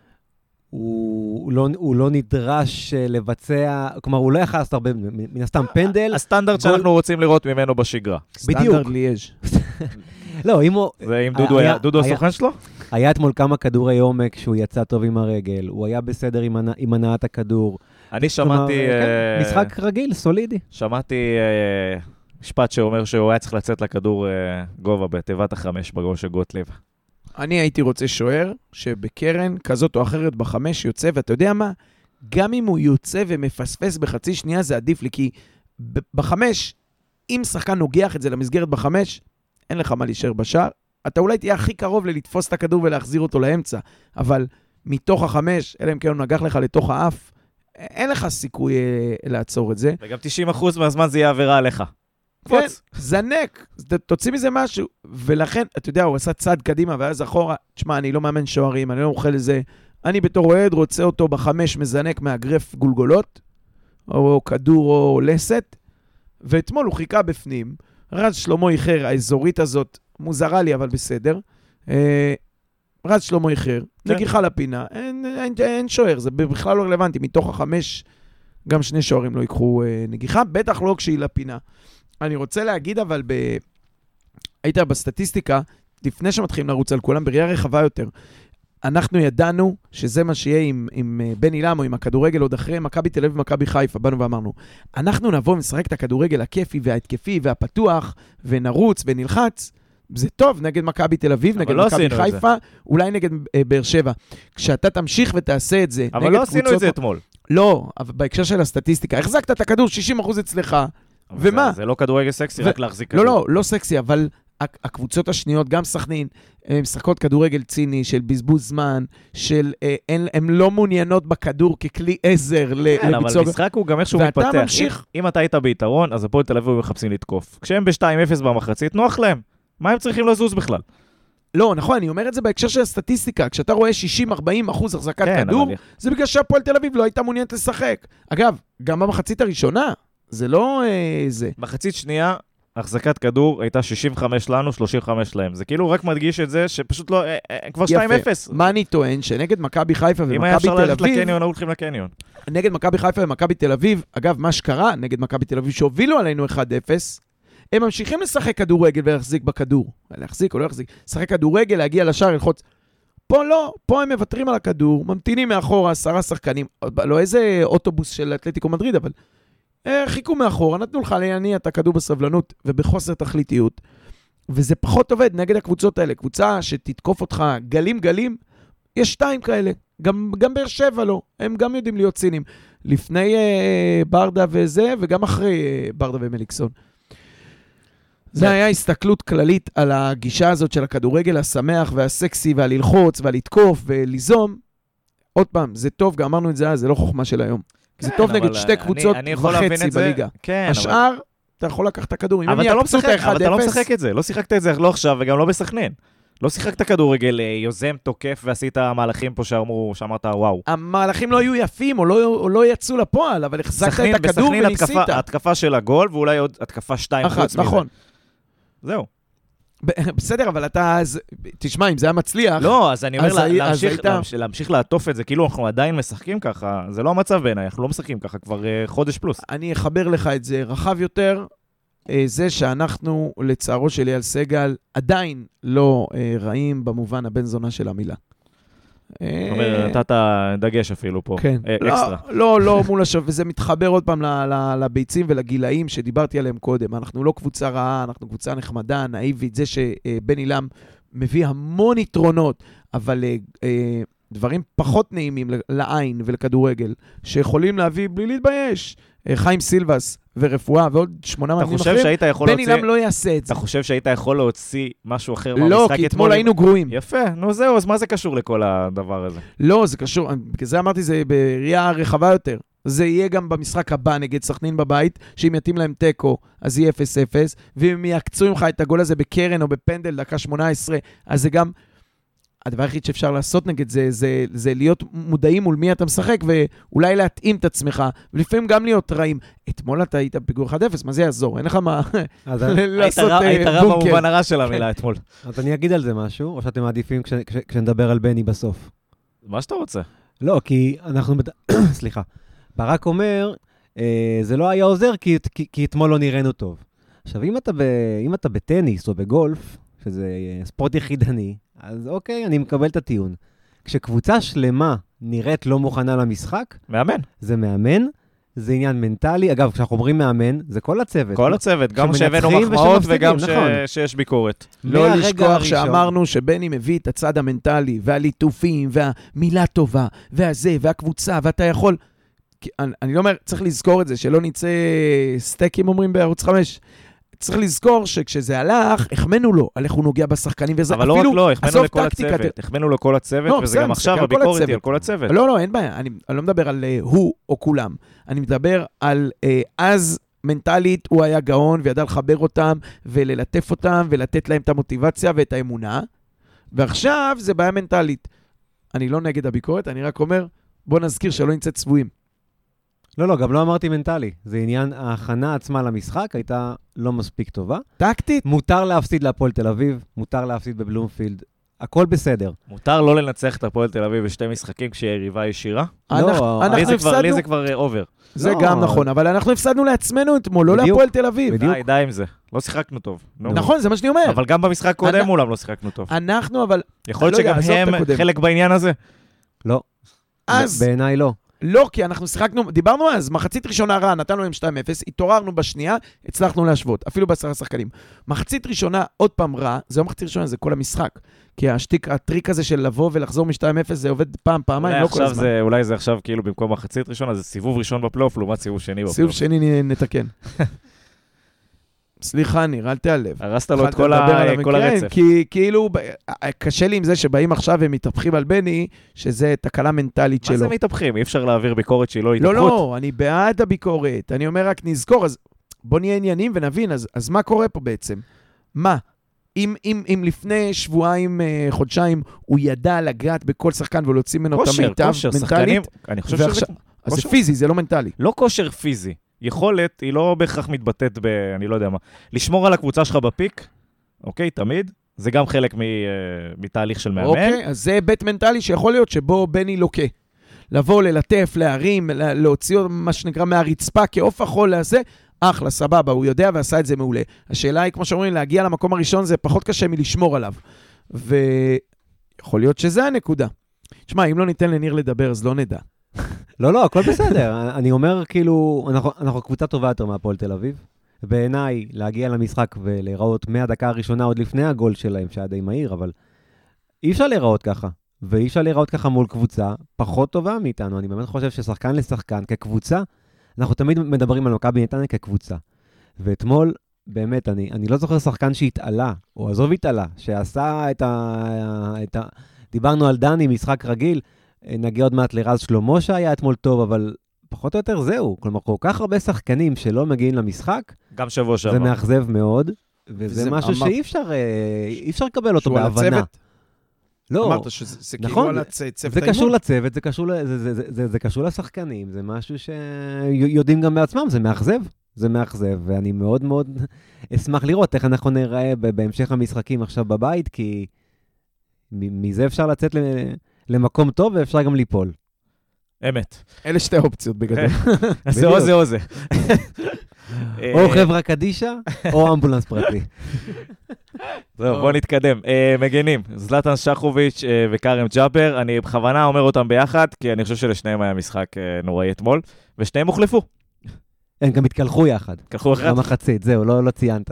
הוא לא, הוא לא נדרש לבצע, כלומר, הוא לא יכל לעשות הרבה, מן הסתם פנדל. הסטנדרט שאנחנו רוצים לראות ממנו בשגרה. בדיוק. סטנדרט ליאז'. לא, אם הוא... זה עם דודו, היה, דודו היה, הסוכן שלו? היה אתמול כמה כדורי עומק שהוא יצא טוב עם הרגל, הוא היה בסדר עם, עם הנעת הכדור. אני שמעתי... כלומר, uh, משחק רגיל, סולידי. שמעתי uh, משפט שאומר שהוא היה צריך לצאת לכדור uh, גובה בתיבת החמש בגול של גוטליב. אני הייתי רוצה שוער שבקרן כזאת או אחרת בחמש יוצא, ואתה יודע מה? גם אם הוא יוצא ומפספס בחצי שנייה זה עדיף לי, כי בחמש, אם שחקן נוגח את זה למסגרת בחמש, אין לך מה להישאר בשער, אתה אולי תהיה הכי קרוב ללתפוס את הכדור ולהחזיר אותו לאמצע, אבל מתוך החמש, אלא אם כן הוא נגח לך לתוך האף, אין לך סיכוי אה, לעצור את זה. וגם תשעים אחוז מהזמן זה יהיה עבירה עליך. כן, זנק, תוציא מזה משהו, ולכן, אתה יודע, הוא עשה צעד קדימה, ואז אחורה, תשמע, אני לא מאמן שוערים, אני לא אוכל לזה, אני בתור אוהד רוצה אותו בחמש מזנק מהגרף גולגולות, או כדור או לסת, ואתמול הוא חיכה בפנים, רז שלמה איחר, האזורית הזאת, מוזרה לי, אבל בסדר, רז שלמה איחר, נגיחה לפינה, אין, אין, אין שוער, זה בכלל לא רלוונטי, מתוך החמש, גם שני שוערים לא ייקחו נגיחה, בטח לא כשהיא לפינה. אני רוצה להגיד, אבל ב... היית בסטטיסטיקה, לפני שמתחילים לרוץ על כולם, בראייה רחבה יותר, אנחנו ידענו שזה מה שיהיה עם, עם בן אילם או עם הכדורגל עוד אחרי מכבי תל אביב ומכבי חיפה, באנו ואמרנו, אנחנו נבוא ונשחק את הכדורגל הכיפי וההתקפי והפתוח, ונרוץ ונלחץ, זה טוב נגד מכבי תל אביב, נגד לא מכבי חיפה, אולי נגד אה, באר שבע. כשאתה תמשיך ותעשה את זה, אבל לא עשינו את זה אתמול. לא, אבל בהקשר של הסטטיסטיקה, החזקת את הכדור שישים אחוז אצלך, ומה? זה, זה לא כדורגל סקסי, ו... רק להחזיק כדור. לא, לא, לא סקסי, אבל הקבוצות השניות, גם סכנין, משחקות כדורגל ציני של בזבוז זמן, של הן לא מעוניינות בכדור ככלי עזר לביצוע. אבל המשחק הוא גם איכשהו מתפתח. ואתה ממשיך. אם אתה היית ביתרון, אז הפועל תל אביב מחפשים לתקוף. כשהם ב-שתיים אפס במחצית, נוח להם. מה הם צריכים לזוז בכלל? לא, נכון, אני אומר את זה בהקשר של הסטטיסטיקה. כשאתה רואה שישים ארבעים אחוז החזקת כדור, זה בגלל שהפועל תל אביב לא הייתה מעוניינת לשחק. אגב, גם במחצית הראשונה, זה לא זה. מחצית שנייה, החזקת כדור הייתה שישים וחמש לנו, שלושים וחמש להם. זה כאילו רק מדגיש את זה שפשוט לא, כבר שתיים אפס. מה אני טוען? שנגד מכבי חיפה ומכבי תל אביב... אם היה אפשר ללכת לקניון, הולכים לקניון. נגד מכבי חיפה ומכבי תל אביב, אגב, מה שקרה נגד מכבי תל אביב שהובילו עלינו אחד אפס, הם ממשיכים לשחק כדורגל ולהחזיק בכדור. להחזיק או לא להחזיק. לשחק כדורגל, להגיע לשער, ללחוץ. פה לא, פה הם מוותרים על הכדור, ממתינים מאחורה עשרה שחקנים, לא איזה אוטובוס של אתלטיקו מדריד, אבל חיכו מאחורה, נתנו לך להניע את הכדור בסבלנות ובחוסר תכליתיות, וזה פחות עובד נגד הקבוצות האלה. קבוצה שתתקוף אותך גלים גלים, יש שתיים כאלה, גם, גם באר שבע לא, הם גם יודעים להיות צינים, לפני אה, ברדה וזה, וגם אחרי אה, ברדה ומליקסון. זה היה הסתכלות כללית על הגישה הזאת של הכדורגל השמח והסקסי, ועל ללחוץ ועל לתקוף וליזום. עוד פעם, זה טוב, גם אמרנו את זה, זה לא חוכמה של היום. זה טוב נגד שתי קבוצות וחצי בליגה. השאר, אתה יכול לקחת את הכדור. אבל אתה לא משחק את זה, לא שיחקת את זה לא עכשיו וגם לא בסכנין. לא שיחקת כדורגל יוזם, תוקף, ועשית מהלכים פה שאמרו, שאמרת וואו. המהלכים לא היו יפים, או לא יצאו לפועל, אבל החזקת את הכדור וניסית. התקפה של הגול, ואולי עוד התקפה שתיים חוץ מזה. נכון. זהו. בסדר, אבל אתה, תשמע, אם זה היה מצליח... לא, אז אני אומר, להמשיך לעטוף את זה, כאילו אנחנו עדיין משחקים ככה, זה לא המצב בעיניי, אנחנו לא משחקים ככה כבר חודש פלוס. אני אחבר לך את זה רחב יותר, זה שאנחנו, לצערו של אייל סגל, עדיין לא רעים במובן הבן זונה של המילה. אומר, נתת דגש אפילו פה, אקסטרה. לא, לא מול השווה, וזה מתחבר עוד פעם לביצים ולגילאים שדיברתי עליהם קודם. אנחנו לא קבוצה רעה, אנחנו קבוצה נחמדה, נאיבית, זה שבן אילם מביא המון יתרונות, אבל דברים פחות נעימים לעין ולכדורגל, שיכולים להביא בלי להתבייש. חיים סילבס ורפואה ועוד שמונה מאמנים אחרים, בן אילם לא יעשה את זה. אתה חושב שהיית יכול להוציא משהו אחר מהמשחק? לא, כי אתמול היינו גרועים. יפה, נו זהו, אז מה זה קשור לכל הדבר הזה? לא, זה קשור, בגלל זה אמרתי, זה בראייה רחבה יותר. זה יהיה גם במשחק הבא נגד סכנין בבית, שאם יתאים להם טקו, אז יהיה אפס אפס, ואם יקצו ממך את הגול הזה בקרן או בפנדל דקה שמונה עשרה, אז זה גם... הדבר היחיד שאפשר לעשות נגד זה, זה, זה להיות מודעים מול מי אתה משחק, ואולי להתאים את עצמך, ולפעמים גם להיות רעים. אתמול אתה היית בפיגור אחד אפס, מה זה יעזור? אין לך מה לעשות בונקר. היית רע במובן הרע של המילה אתמול. אז אני אגיד על זה משהו, או שאתם מעדיפים כשנדבר על בני בסוף? מה שאתה רוצה. לא, כי אנחנו... סליחה. ברק אומר, זה לא היה עוזר, כי אתמול לא נראינו טוב. עכשיו, אם אתה בטניס או בגולף, שזה ספורט יחידני, אז אוקיי, אני מקבל את הטיעון. כשקבוצה שלמה נראית לא מוכנה למשחק, מאמן. זה מאמן, זה עניין מנטלי. אגב, כשאנחנו אומרים מאמן, זה כל הצוות. כל הצוות, גם שהבאנו מחמאות וגם שיש ביקורת. לא לשכוח שאמרנו שבני מביא את הצד המנטלי, והליטופים, והמילה טובה, והזה, והקבוצה, ואתה יכול... אני לא אומר, צריך לזכור את זה, שלא נצא סטייקים אומרים בערוץ חמש. צריך לזכור שכשזה הלך, החמנו לו על איך הוא נוגע בשחקנים, וזה אבל אפילו... אבל לא רק לא, החמנו לכל הצוות, החמנו לכל הצוות, לא, וזה גם עכשיו הביקורת היא על כל הצוות. לא, לא, אין בעיה, אני, אני לא מדבר על uh, הוא או כולם, אני מדבר על uh, אז מנטלית הוא היה גאון, וידע לחבר אותם, וללטף אותם, ולתת להם את המוטיבציה ואת האמונה, ועכשיו זה בעיה מנטלית. אני לא נגד הביקורת, אני רק אומר, בוא נזכיר שלא נצא צבועים. לא, לא, גם לא אמרתי מנטלי. זה עניין, ההכנה עצמה למשחק הייתה לא מספיק טובה. טקטית? מותר להפסיד להפועל תל אביב, מותר להפסיד בבלומפילד. הכל בסדר. מותר לא לנצח את הפועל תל אביב בשתי משחקים כשהיא יריבה ישירה? לא, אנחנו הפסדנו... לי זה כבר אובר. זה גם נכון, אבל אנחנו הפסדנו לעצמנו אתמול, לא להפועל תל אביב. די, די עם זה. לא שיחקנו טוב. נכון, זה מה שאני אומר. אבל גם במשחק קודם מולם לא שיחקנו טוב. אנחנו, אבל... יכול להיות שגם הם חלק בעניין הזה? לא. אז... בעיניי לא. לא, כי אנחנו שיחקנו, דיברנו אז, מחצית ראשונה רע, נתנו להם שתיים אפס, התעוררנו בשנייה, הצלחנו להשוות, אפילו בעשרה שחקנים. מחצית ראשונה עוד פעם רע, זה לא מחצית ראשונה, זה כל המשחק. כי השטיק, הטריק הזה של לבוא ולחזור מ-שתיים אפס, זה עובד פעם, פעמיים, לא כל הזמן. זה, אולי זה עכשיו כאילו במקום מחצית ראשונה, זה סיבוב ראשון בפלייאוף, לעומת סיבוב שני בפלייאוף. סיבוב שני נתקן. סליחה, ניר, אל תיעלב. הרסת לו את כל הרצף. כי כאילו, קשה לי עם זה שבאים עכשיו והם מתהפכים על בני, שזה תקלה מנטלית שלו. מה זה מתהפכים? אי אפשר להעביר ביקורת שהיא לא התהפכות? לא, לא, אני בעד הביקורת. אני אומר רק נזכור, אז בוא נהיה עניינים ונבין, אז, אז מה קורה פה בעצם? מה? אם, אם, אם לפני שבועיים, חודשיים, הוא ידע לגעת בכל שחקן ולהוציא ממנו את המיטב כושר, שחקנים, אני חושב שזה... אז זה פיזי, זה לא מנטלי. לא כושר פיזי. יכולת, היא לא בהכרח מתבטאת ב... אני לא יודע מה. לשמור על הקבוצה שלך בפיק, אוקיי, תמיד. זה גם חלק מ, מתהליך של מאמן. אוקיי, אז זה בית מנטלי שיכול להיות שבו בני לוקה. לבוא, ללטף, להרים, להוציא מה שנקרא מהרצפה, כאוף החול לזה, אחלה, סבבה, הוא יודע ועשה את זה מעולה. השאלה היא, כמו שאומרים, להגיע למקום הראשון זה פחות קשה מלשמור עליו. ויכול להיות שזה הנקודה. תשמע, אם לא ניתן לניר לדבר, אז לא נדע. לא, לא, הכל בסדר. אני אומר, כאילו, אנחנו, אנחנו קבוצה טובה יותר מהפועל תל אביב. בעיניי, להגיע למשחק ולהיראות מהדקה הראשונה עוד לפני הגול שלהם, שהיה די מהיר, אבל אי אפשר להיראות ככה. ואי אפשר להיראות ככה מול קבוצה פחות טובה מאיתנו. אני באמת חושב ששחקן לשחקן, כקבוצה, אנחנו תמיד מדברים על מכבי נתניה כקבוצה. ואתמול, באמת, אני, אני לא זוכר שחקן שהתעלה, או עזוב התעלה, שעשה את ה... את ה... דיברנו על דני, משחק רגיל, נגיע עוד מעט לרז שלמה שהיה אתמול טוב, אבל פחות או יותר זהו. כלומר, כל כך הרבה שחקנים שלא מגיעים למשחק, גם שבוע שעבר. זה מאכזב מאוד, וזה משהו אמר... שאי אפשר, אי אפשר לקבל אותו בהבנה. לא, אמרת שזה נכון, כאילו על הצוות זה קשור לצוות, זה קשור, זה, זה, זה, זה, זה קשור לשחקנים, זה משהו שיודעים גם בעצמם, זה מאכזב, זה מאכזב, ואני מאוד מאוד אשמח לראות איך אנחנו נראה בהמשך המשחקים עכשיו בבית, כי מזה אפשר לצאת למקום טוב ואפשר גם ליפול. אמת. אלה שתי אופציות בגדול. זה או זה או זה. או חברה קדישה, או אמבולנס פרטי. זהו, בוא נתקדם. מגנים, זלטן שחוביץ' וקרם ג'אבר, אני בכוונה אומר אותם ביחד, כי אני חושב שלשניהם היה משחק נוראי אתמול, ושניהם הוחלפו. הם גם התקלחו יחד. התקלחו יחד? במחצית, זהו, לא ציינת.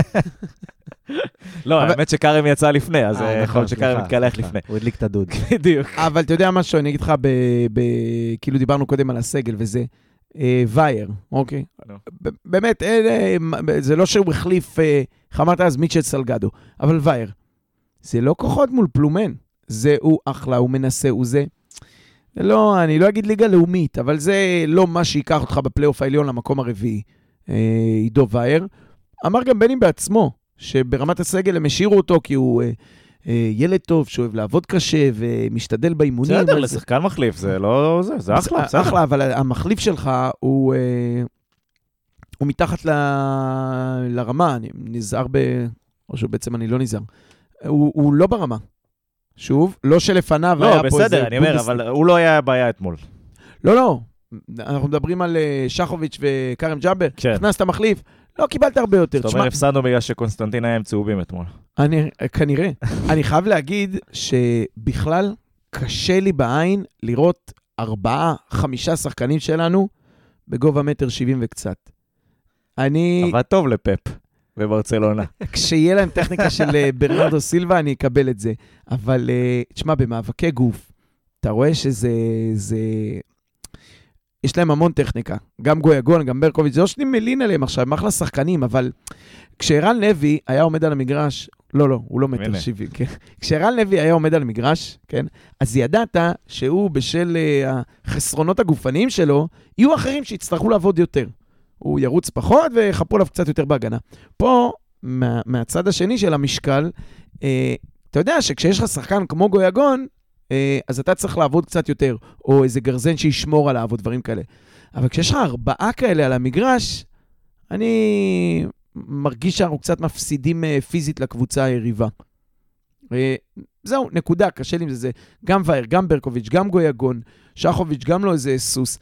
לא, האמת שקרם יצא לפני, אז יכול להיות שקרם מתקלח לפני. הוא הדליק את הדוד. בדיוק. אבל אתה יודע משהו, אני אגיד לך, כאילו דיברנו קודם על הסגל וזה, וייר, אוקיי? באמת, זה לא שהוא החליף, חמרת אז מיטשל סלגדו, אבל וייר, זה לא כוחות מול פלומן, זה הוא אחלה, הוא מנסה, הוא זה. לא, אני לא אגיד ליגה לאומית, אבל זה לא מה שיקח אותך בפלייאוף העליון למקום הרביעי, עידו וייר. אמר גם בני בעצמו, שברמת הסגל הם השאירו אותו, כי הוא ילד טוב, שאוהב לעבוד קשה, ומשתדל באימונים. בסדר, לשחקן מחליף, זה לא זה, זה אחלה, בסדר. אחלה, אבל המחליף שלך הוא, הוא מתחת ל, לרמה, אני נזהר ב... או שבעצם אני לא נזהר. הוא, הוא לא ברמה. שוב, לא שלפניו לא, היה בסדר, פה איזה... לא, בסדר, אני אומר, אבל הוא לא היה בעיה אתמול. לא, לא. אנחנו מדברים על שחוביץ' וקרם ג'אבר. כן. הכנסת המחליף. לא קיבלת הרבה יותר. זאת אומרת, הפסדנו בגלל שקונסטנטין היה עם צהובים אתמול. אני, כנראה. אני חייב להגיד שבכלל קשה לי בעין לראות ארבעה, חמישה שחקנים שלנו בגובה מטר שבעים וקצת. אני... עבד טוב לפפ בברצלונה. כשיהיה להם טכניקה של ברנרדו סילבה, אני אקבל את זה. אבל, תשמע, במאבקי גוף, אתה רואה שזה... זה... יש להם המון טכניקה, גם גויגון, גם ברקוביץ', זה לא שאני מלין עליהם עכשיו, הם אחלה שחקנים, אבל כשערן לוי היה עומד על המגרש, לא, לא, הוא לא מטר שבעים, כן? כשערן לוי היה עומד על המגרש, כן? אז ידעת שהוא בשל החסרונות הגופניים שלו, יהיו אחרים שיצטרכו לעבוד יותר. הוא ירוץ פחות ויחפו עליו קצת יותר בהגנה. פה, מה, מהצד השני של המשקל, אה, אתה יודע שכשיש לך שחקן כמו גויגון, אז אתה צריך לעבוד קצת יותר, או איזה גרזן שישמור עליו, או דברים כאלה. אבל כשיש לך ארבעה כאלה על המגרש, אני מרגיש שאנחנו קצת מפסידים פיזית לקבוצה היריבה. זהו, נקודה, קשה לי עם זה, זה גם וייר, גם ברקוביץ', גם גויגון, שחוביץ', גם לא איזה סוס.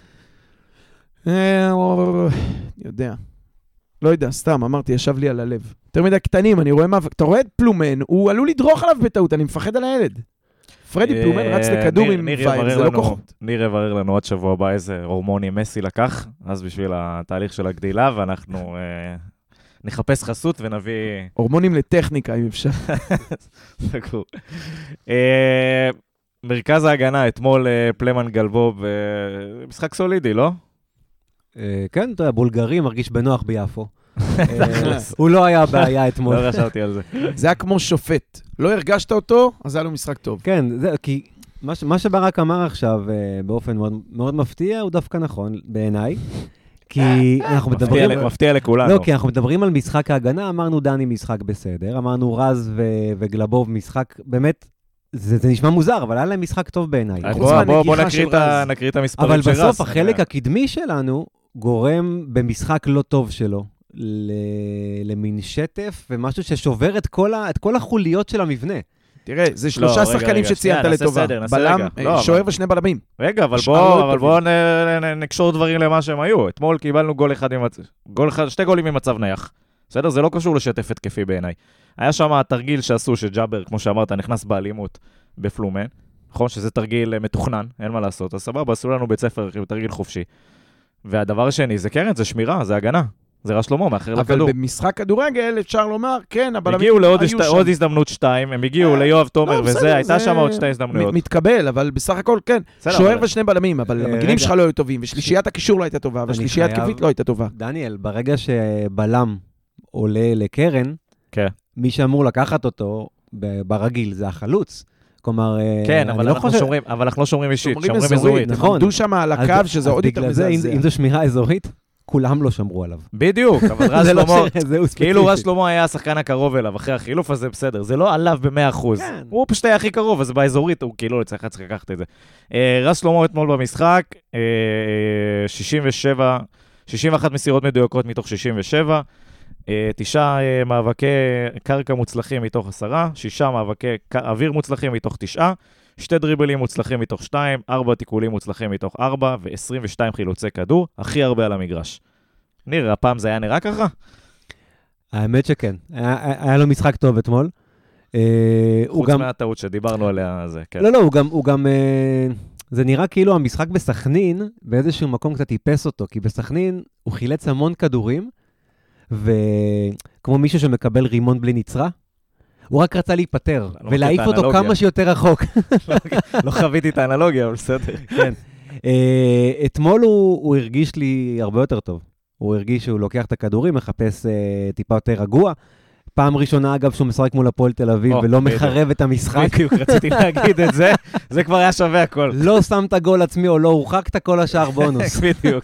יודע. לא יודע, סתם, אמרתי, ישב לי על הלב. יותר מדי קטנים, אני רואה מה... אתה רואה את פלומן, הוא עלול לדרוך עליו בטעות, אני מפחד על הילד. פרדי פלומן רץ לכדור עם וייר, זה לא כוחות. ניר יברר לנו עוד שבוע הבא איזה הורמוני מסי לקח, אז בשביל התהליך של הגדילה, ואנחנו נחפש חסות ונביא... הורמונים לטכניקה, אם אפשר. סגור. מרכז ההגנה, אתמול פלמן גלבו במשחק סולידי, לא? כן, אתה יודע, בולגרי מרגיש בנוח ביפו. הוא לא היה בעיה אתמול. לא רשמתי על זה. זה היה כמו שופט. לא הרגשת אותו, אז היה לו משחק טוב. כן, זה, כי מה, מה שברק אמר עכשיו באופן מאוד, מאוד מפתיע, הוא דווקא נכון בעיניי. כי אנחנו מדברים... מפתיע לכולנו. לא, כי אנחנו מדברים על משחק ההגנה, אמרנו דני משחק בסדר, אמרנו רז וגלבוב משחק, באמת, זה, זה נשמע מוזר, אבל היה להם משחק טוב בעיניי. בוא, בוא, בוא נקריא את המספרים של רז. אבל בסוף החלק הקדמי שלנו גורם במשחק לא טוב שלו, למין שטף ומשהו ששובר את כל, ה, את כל החוליות של המבנה. תראה, זה שלושה שחקנים שציינת לטובה. בלם, שוער ושני בלמים. רגע, אבל בואו נקשור דברים למה שהם היו. אתמול קיבלנו גול אחד, גול אחד, שתי גולים ממצב נייח. בסדר? זה לא קשור לשטף התקפי בעיניי. היה שם התרגיל שעשו שג'אבר, כמו שאמרת, נכנס באלימות בפלומן. נכון שזה תרגיל מתוכנן, אין מה לעשות. אז סבבה, עשו לנו בית ספר, תרגיל חופשי. והדבר השני, זה קרן, זה שמירה, זה הגנה. זה רז שלמה, מאחר לכדור. אבל במשחק כדורגל אפשר לומר, כן, אבל... הגיעו לעוד הזדמנות שתיים, הם הגיעו ליואב תומר וזה, הייתה שם עוד שתי הזדמנויות. מתקבל, אבל בסך הכל, כן, שוער ושני בלמים, אבל המגנים שלך לא היו טובים, ושלישיית הקישור לא הייתה טובה, ושלישיית כפית לא הייתה טובה. דניאל, ברגע שבלם עולה לקרן, מי שאמור לקחת אותו ברגיל זה החלוץ. כלומר, כן, אבל אנחנו לא שומרים אישית, שומרים אזורית. נכון. עמדו שם על הקו, שזה עוד יותר מזעזע. אם זו שמירה אזורית, כולם לא שמרו עליו. בדיוק, אבל רז שלמה, כאילו רז שלמה היה השחקן הקרוב אליו, אחרי החילוף הזה בסדר, זה לא עליו ב-מאה אחוז. הוא פשוט היה הכי קרוב, אז באזורית הוא כאילו צריך לקחת את זה. רז שלמה אתמול במשחק, שישים ושבע, שישים ואחת מסירות מדויקות מתוך שישים ושבע, תשעה מאבקי קרקע מוצלחים מתוך עשרה, שישה מאבקי אוויר מוצלחים מתוך תשעה, שתי דריבלים מוצלחים מתוך שתיים, ארבע תיקולים מוצלחים מתוך ארבע, ו-עשרים ושתיים חילוצי כדור, הכי הרבה על המגרש. ניר, הפעם זה היה נראה ככה? האמת שכן. היה, היה לו משחק טוב אתמול. חוץ גם... מהטעות שדיברנו עליה, זה, כן. לא, לא, הוא גם, הוא גם, זה נראה כאילו המשחק בסכנין, באיזשהו מקום קצת טיפס אותו, כי בסכנין הוא חילץ המון כדורים, וכמו מישהו שמקבל רימון בלי נצרה, הוא רק רצה להיפטר, ולהעיף אותו כמה שיותר רחוק. לא חוויתי את האנלוגיה, אבל בסדר. כן. אתמול הוא הרגיש לי הרבה יותר טוב. הוא הרגיש שהוא לוקח את הכדורים, מחפש טיפה יותר רגוע. פעם ראשונה, אגב, שהוא משחק מול הפועל תל אביב, ולא מחרב את המשחק. בדיוק, רציתי להגיד את זה. זה כבר היה שווה הכל. לא שמת גול עצמי או לא הורחקת כל השאר בונוס. בדיוק.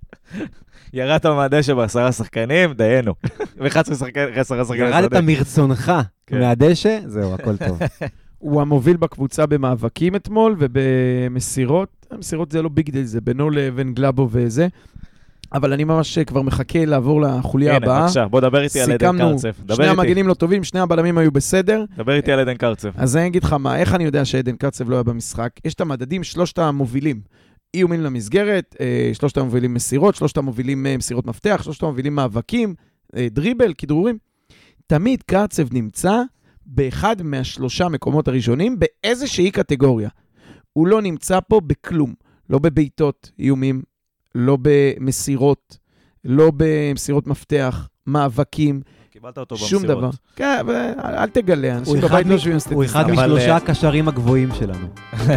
ירדת מהדשא בעשרה שחקנים, דיינו. ו-אחד עשר שחקנים. ירדת מרצונך מהדשא, זהו, הכל טוב. הוא המוביל בקבוצה במאבקים אתמול, ובמסירות. המסירות זה לא ביג דיל, זה בינו לבין גלאבו וזה. אבל אני ממש כבר מחכה לעבור לחוליה הבאה. הנה, בבקשה, בוא דבר איתי על עדן קרצב. שני המגנים לא טובים, שני הבלמים היו בסדר. דבר איתי על עדן קרצב. אז אני אגיד לך מה, איך אני יודע שעדן קרצב לא היה במשחק? יש את המדדים, שלושת המובילים. איומים למסגרת, שלושת המובילים מסירות, שלושת המובילים מסירות מפתח, שלושת המובילים מאבקים, דריבל, כדרורים. תמיד קרצב נמצא באחד מהשלושה מקומות הראשונים באיזושהי קטגוריה. הוא לא נמצא פה בכלום, לא בביתות איומים, לא במסירות, לא במסירות מפתח, מאבקים, קיבלת אותו שום במסירות. דבר. כן, אל תגלה, אנשים בבית לא שווים סטטיסטיקה. הוא אחד משלושה הקשרים הגבוהים שלנו.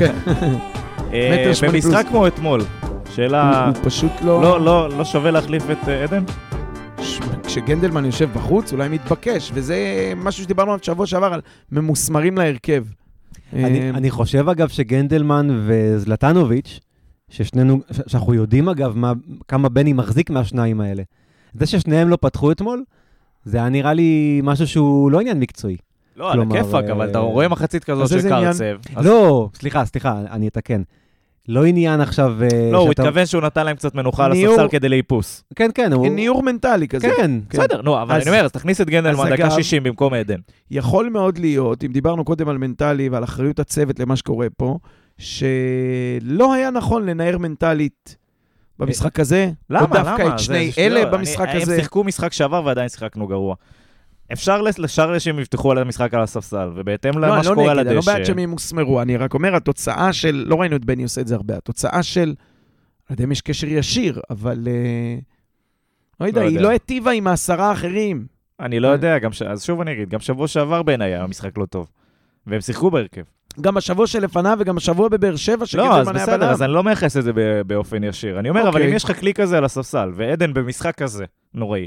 במשחק כמו אתמול, שאלה... הוא פשוט לא... לא שווה להחליף את עדן? כשגנדלמן יושב בחוץ, אולי מתבקש, וזה משהו שדיברנו עליו שבוע שעבר, על ממוסמרים להרכב. אני חושב אגב שגנדלמן וזלטנוביץ', ששנינו, שאנחנו יודעים אגב מה, כמה בני מחזיק מהשניים האלה. זה ששניהם לא פתחו אתמול, זה היה נראה לי משהו שהוא לא עניין מקצועי. לא, על הכיפק, אבל אתה רואה מחצית כזאת של קרצב. לא, סליחה, סליחה, אני אתקן. לא עניין עכשיו... לא, הוא התכוון שהוא נתן להם קצת מנוחה על הספסל כדי להיפוס. כן, כן. ניעור מנטלי כזה. כן, בסדר, נו, אבל אני אומר, אז תכניס את גנדלמן דקה שישים במקום עדן. יכול מאוד להיות, אם דיברנו קודם על מנטלי ועל אחריות הצוות למה שקורה פה, שלא היה נכון לנער מנטלית במשחק הזה. למה? או דווקא את שני אלה במשחק הזה. הם שיחקו משחק שעבר ועדיין שיחקנו גרוע. אפשר לשאר שהם יפתחו על המשחק על הספסל, ובהתאם למה שקורה על הדשא. לא בעד שהם ימוסמרו, אני רק אומר, התוצאה של, לא ראינו את בני עושה את זה הרבה, התוצאה של, לא יודע אם יש קשר ישיר, אבל, לא יודע, היא לא הטיבה עם העשרה האחרים. אני לא יודע, אז שוב אני אגיד, גם שבוע שעבר בעיניי היה המשחק לא טוב, והם שיחקו בהרכב. גם השבוע שלפניו וגם השבוע בבאר שבע, לא, אז בסדר, אז אני לא מייחס את זה באופן ישיר. אני אומר, אבל אם יש לך קליק כזה על הספסל, ועדן במשחק כזה, נוראי,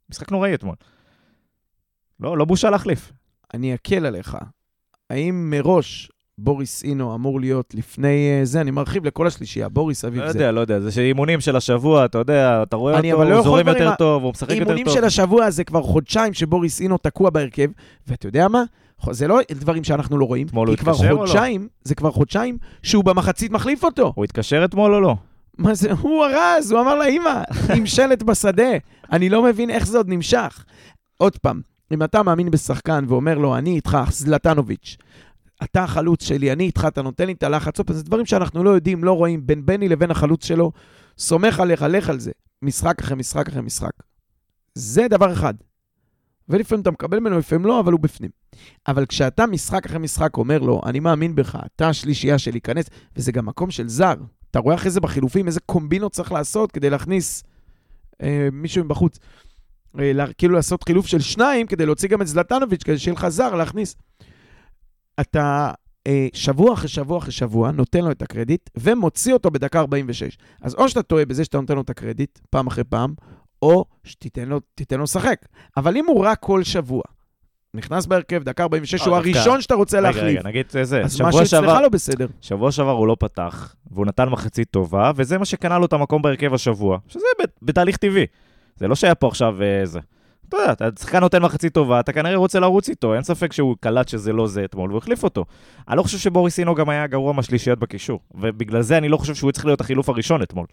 משחק נוראי אתמול. לא, לא בושה להחליף. אני אקל עליך. האם מראש בוריס אינו אמור להיות לפני זה? אני מרחיב לכל השלישייה, בוריס אביב לא זה. יודע, לא יודע, זה שאימונים של השבוע, אתה יודע, אתה רואה אני אותו, אבל לא הוא יכול זורם כבר יותר עם טוב, הוא משחק יותר אימונים טוב. של השבוע זה כבר חודשיים שבוריס אינו תקוע בהרכב, ואתה יודע מה? זה לא דברים שאנחנו לא רואים, אתמול הוא כי כבר התקשר או לא? חודשיים, זה כבר חודשיים שהוא במחצית מחליף אותו. הוא התקשר אתמול או לא? מה זה? הוא הרז, הוא אמר לאמא, עם שלט בשדה. אני לא מבין איך זה עוד נמשך. עוד פעם, אם אתה מאמין בשחקן ואומר לו, אני איתך, זלטנוביץ', אתה החלוץ שלי, אני איתך, אתה נותן לי את הלחץ, זה דברים שאנחנו לא יודעים, לא רואים, בין בני לבין החלוץ שלו, סומך עליך, לך על זה, משחק אחרי משחק אחרי משחק. זה דבר אחד. ולפעמים אתה מקבל ממנו, לפעמים לא, אבל הוא בפנים. אבל כשאתה משחק אחרי משחק אומר לו, אני מאמין בך, אתה השלישייה שלי, כנס, וזה גם מקום של זר. אתה רואה אחרי זה בחילופים, איזה קומבינות צריך לעשות כדי להכניס אה, מישהו מבחוץ. אה, לה, כאילו לעשות חילוף של שניים, כדי להוציא גם את זלטנוביץ', כדי שיהיה לך זר להכניס. אתה אה, שבוע אחרי שבוע אחרי שבוע, נותן לו את הקרדיט, ומוציא אותו בדקה ארבעים ושש. אז או שאתה טועה בזה שאתה נותן לו את הקרדיט, פעם אחרי פעם, או שתיתן לו, תיתן לו שחק. אבל אם הוא רק כל שבוע, נכנס בהרכב, דקה ארבעים ושש, הוא הראשון שאתה רוצה להחליף. רגע, רגע, נגיד זה. אז משהו אצלך לא בסדר. שבוע שעבר הוא לא פתח, והוא נתן מחצית טובה, וזה מה שקנה לו את המקום בהרכב השבוע, שזה בתהליך טבעי. זה לא שהיה פה עכשיו זה. אתה יודע, אתה שחקן נותן מחצית טובה, אתה כנראה רוצה לרוץ איתו, אין ספק שהוא קלט שזה לא זה אתמול, והוא החליף אותו. אני לא חושב שבוריס אינו גם היה גרוע מהשלישיות בקישור, ובגלל זה אני לא חושב שהוא צריך להיות החילוף הראשון אתמול.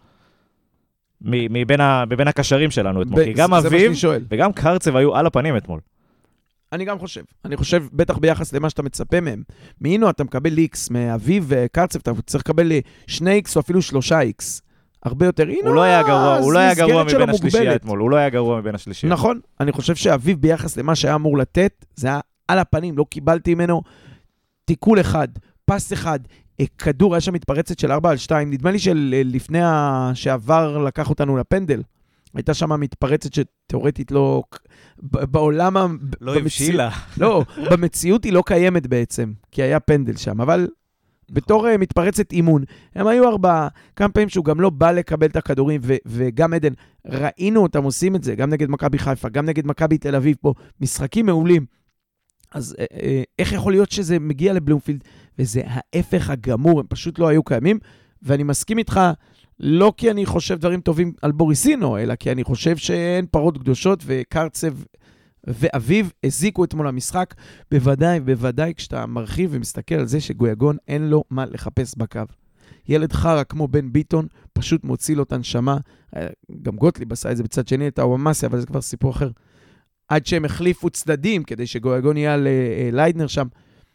מבין הקשרים שלנו אתמול, כי גם אביב וגם קרצב היו על הפנים אתמול. אני גם חושב. אני חושב, בטח ביחס למה שאתה מצפה מהם. מאינו אתה מקבל איקס, מאביב וקרצב אתה צריך לקבל שני איקס או אפילו שלושה איקס. הרבה יותר. הוא לא היה גרוע, הוא לא היה גרוע מבין השלישייה אתמול, הוא לא היה גרוע מבין השלישייה. נכון, אני חושב שאביב ביחס למה שהיה אמור לתת, זה היה על הפנים, לא קיבלתי ממנו תיקול אחד, פס אחד, כדור, היה שם מתפרצת של ארבע על שתיים, נדמה לי שלפני שעבר לקח אותנו לפנדל, הייתה שם מתפרצת שתיאורטית לא, בעולם, לא הבשילה. לא, במציאות היא לא קיימת בעצם, כי היה פנדל שם, אבל בתור מתפרצת אימון, הם היו ארבעה, כמה פעמים שהוא גם לא בא לקבל את הכדורים, וגם עדן, ראינו אותם עושים את זה, גם נגד מכבי חיפה, גם נגד מכבי תל אביב פה, משחקים מעולים. אז איך יכול להיות שזה מגיע לבלומפילד, וזה ההפך הגמור, הם פשוט לא היו קיימים, ואני מסכים איתך, לא כי אני חושב דברים טובים על בוריסינו, אלא כי אני חושב שאין פרות קדושות, וקרצב ואביב הזיקו אתמול המשחק, בוודאי, בוודאי כשאתה מרחיב ומסתכל על זה שגויגון אין לו מה לחפש בקו. ילד חרה כמו בן ביטון, פשוט מוציא לו את הנשמה, גם גוטליב עשה את זה בצד שני, את האומאסיה, אבל זה כבר סיפור אחר. עד שהם החליפו צדדים, כדי שגויגון יהיה ליידנר שם,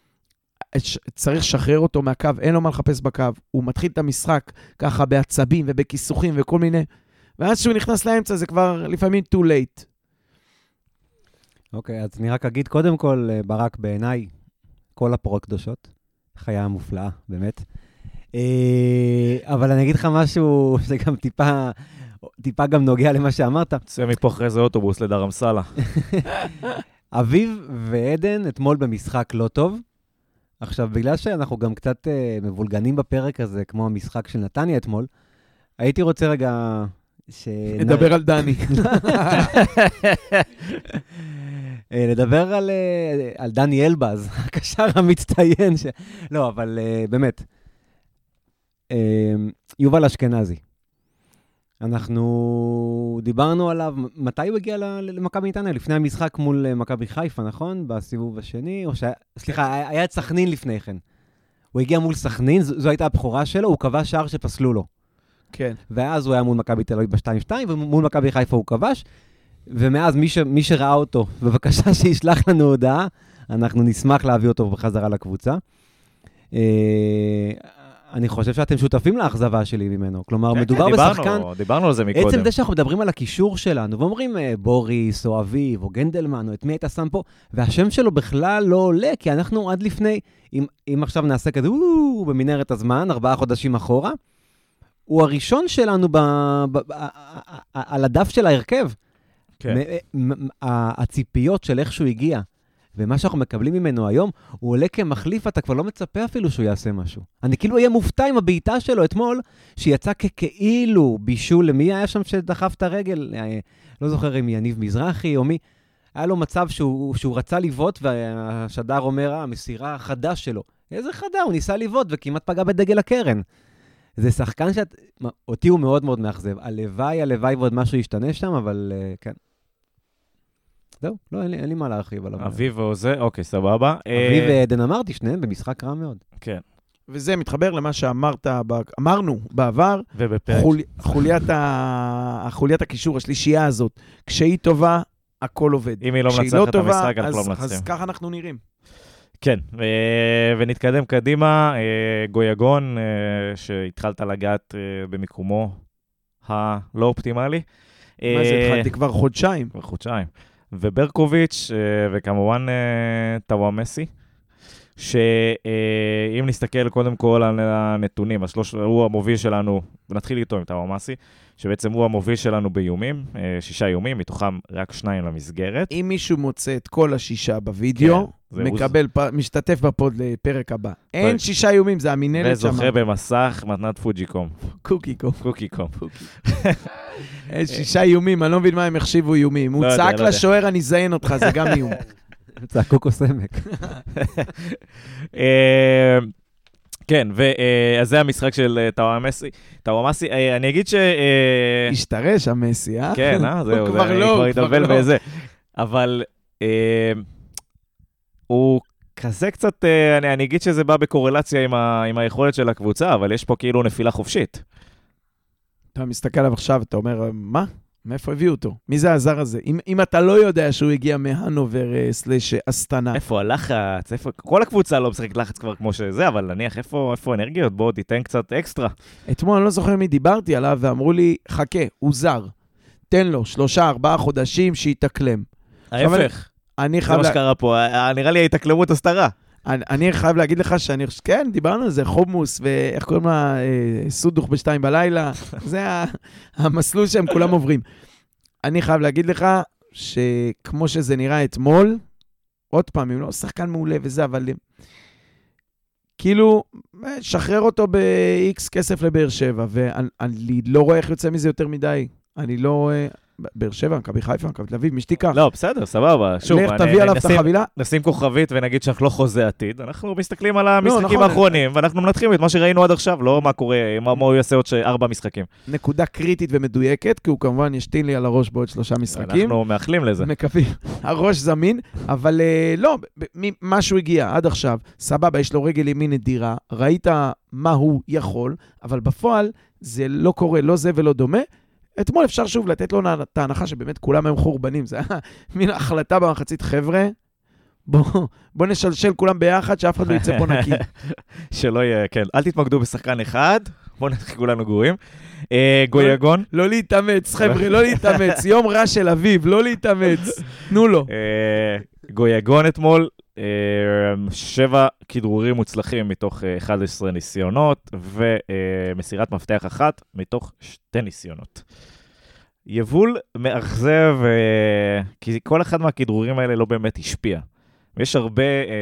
צריך לשחרר אותו מהקו, אין לו מה לחפש בקו, הוא מתחיל את המשחק ככה בעצבים ובכיסוכים וכל מיני, ואז שהוא נכנס לאמצע זה כבר לפעמים too late. אוקיי, אז אני רק אגיד קודם כל, ברק בעיניי, כל הפרות קדושות, חיה מופלאה, באמת. אבל אני אגיד לך משהו, זה גם טיפה, טיפה גם נוגע למה שאמרת. צא מפה אחרי זה אוטובוס לדרם סלה. אביב ועדן אתמול במשחק לא טוב. עכשיו, בגלל שאנחנו גם קצת uh, מבולגנים בפרק הזה, כמו המשחק של נתניה אתמול, הייתי רוצה רגע... ש... נדבר על דני. לדבר על, על דני אלבז, הקשר המצטיין. ש... לא, אבל uh, באמת. Uh, יובל אשכנזי. אנחנו דיברנו עליו, מתי הוא הגיע למכבי נתניה? לפני המשחק מול מכבי חיפה, נכון? בסיבוב השני, או ש... סליחה, היה את סכנין לפני כן. הוא הגיע מול סכנין, זו, זו הייתה הבחורה שלו, הוא כבש שער שפסלו לו. כן. ואז הוא היה מול מכבי תל אביב ב-שתיים שתיים, ומול מכבי חיפה הוא כבש, ומאז מי, ש... מי שראה אותו, בבקשה שישלח לנו הודעה, אנחנו נשמח להביא אותו בחזרה לקבוצה. אני חושב שאתם שותפים לאכזבה שלי ממנו. כלומר, כן, מדובר כן, בשחקן... דיברנו, דיברנו על זה מקודם. עצם זה שאנחנו מדברים על הקישור שלנו, ואומרים בוריס או אביב או גנדלמן, או את מי היית שם פה, והשם שלו בכלל לא עולה, כי אנחנו עד לפני, אם, אם עכשיו נעשה כזה, וואו, במנהרת הזמן, ארבעה חודשים אחורה, הוא הראשון שלנו ב, ב, ב, על הדף של ההרכב. כן. הציפיות של איך שהוא הגיע, ומה שאנחנו מקבלים ממנו היום, הוא עולה כמחליף, אתה כבר לא מצפה אפילו שהוא יעשה משהו. אני כאילו אהיה מופתע עם הבעיטה שלו אתמול, שיצא ככאילו בישול, למי היה שם שדחף את הרגל? לא זוכר אם יניב מזרחי או מי. היה לו מצב שהוא, שהוא רצה לבעוט, והשדר אומר, המסירה החדש שלו. איזה חדה, הוא ניסה לבעוט וכמעט פגע בדגל הקרן. זה שחקן שאת... אותי הוא מאוד מאוד מאכזב. הלוואי, הלוואי ועוד משהו ישתנה שם, אבל uh, כן. זהו, לא, אין לי, אין לי מה להרחיב עליו. אביב וזה, אוקיי, סבבה. אביב ועדן אמרתי, שניהם במשחק רע מאוד. כן. וזה מתחבר למה שאמרת, אמרנו בעבר, ובפרק. חול, חוליית, ה, חוליית הקישור, השלישייה הזאת, כשהיא טובה, הכל עובד. אם היא לא מנצחת את המשחק, אנחנו לא מנצחים. אז ככה אנחנו נראים. כן, ונתקדם קדימה. גויגון, שהתחלת לגעת במיקומו הלא אופטימלי. מה זה, התחלתי כבר חודשיים. כבר חודשיים. וברקוביץ', וכמובן טוואמסי, שאם נסתכל קודם כל על הנתונים, השלוש, הוא המוביל שלנו, ונתחיל איתו עם טוואמסי, שבעצם הוא המוביל שלנו באיומים, שישה איומים, מתוכם רק שניים למסגרת. אם מישהו מוצא את כל השישה בווידאו, כן, מקבל, פ... משתתף בפוד לפרק הבא. אין ו... שישה איומים, זה המינלת שם. וזוכה במסך, מתנת פוג'יקום. קוקיקום. קוקיקום. אין שישה איומים, אני לא מבין מה הם החשיבו איומים. הוא צעק לשוער, אני זיין אותך, זה גם איום. צעקו קוסמק. כן, אז זה המשחק של טוואמסי. טוואמסי, אני אגיד ש... השתרש המסי, אה? כן, אה? זהו, אני כבר ידבל בזה. אבל הוא כזה קצת, אני אגיד שזה בא בקורלציה עם היכולת של הקבוצה, אבל יש פה כאילו נפילה חופשית. אתה מסתכל עליו עכשיו, אתה אומר, מה? מאיפה הביאו אותו? מי זה הזר הזה? אם, אם אתה לא יודע שהוא הגיע מהנובר סלש אסטנה. איפה הלחץ? איפה... כל הקבוצה לא משחקת לחץ כבר כמו שזה, אבל נניח איפה, איפה אנרגיות? בוא תיתן קצת אקסטרה. אתמול אני לא זוכר מי דיברתי עליו, ואמרו לי, חכה, הוא זר. תן לו שלושה, ארבעה חודשים שיתקלם. ההפך. אני חייב... זה מה שקרה פה. נראה לי ההתקלמות הסתרה. אני, אני חייב להגיד לך שאני, כן, דיברנו על זה, חומוס, ואיך קוראים לה, אה, סודוך בשתיים בלילה, זה המסלול שהם כולם עוברים. אני חייב להגיד לך, שכמו שזה נראה אתמול, עוד פעם, אם לא שחקן מעולה וזה, אבל כאילו, שחרר אותו ב-X כסף לבאר שבע, ואני לא רואה איך יוצא מזה יותר מדי. אני לא רואה... באר שבע, מכבי חיפה, מכבי תל אביב, מי שתיקח. לא, בסדר, סבבה. שוב, לך תביא עליו את החבילה. נשים כוכבית ונגיד שאנחנו לא חוזה עתיד. אנחנו מסתכלים על המשחקים האחרונים, ואנחנו מנתחים את מה שראינו עד עכשיו, לא מה קורה, מה הוא יעשה עוד ארבע משחקים. נקודה קריטית ומדויקת, כי הוא כמובן ישתין לי על הראש בעוד שלושה משחקים. אנחנו מאחלים לזה. מקווים. הראש זמין, אבל לא, משהו הגיע עד עכשיו, סבבה, יש לו רגל ימין נדירה, ראית מה הוא יכול, אבל בפועל זה לא קורה, לא זה ולא דומה. אתמול אפשר שוב לתת לו את ההנחה שבאמת כולם הם חורבנים. זה היה מין החלטה במחצית, חבר'ה, בוא, בוא נשלשל כולם ביחד, שאף אחד לא יצא פה נקי. שלא יהיה, כן. אל תתמקדו בשחקן אחד, בוא נתחיל כולנו גרועים. גויגון. לא להתאמץ, חבר'ה, לא להתאמץ. יום רע של אביב, לא להתאמץ. תנו לו. גויגון אתמול, שבע כדרורים מוצלחים מתוך אחד עשר ניסיונות, ומסירת מפתח אחת מתוך שתי ניסיונות. יבול מאכזב, כי כל אחד מהכדרורים האלה לא באמת השפיע. ויש הרבה,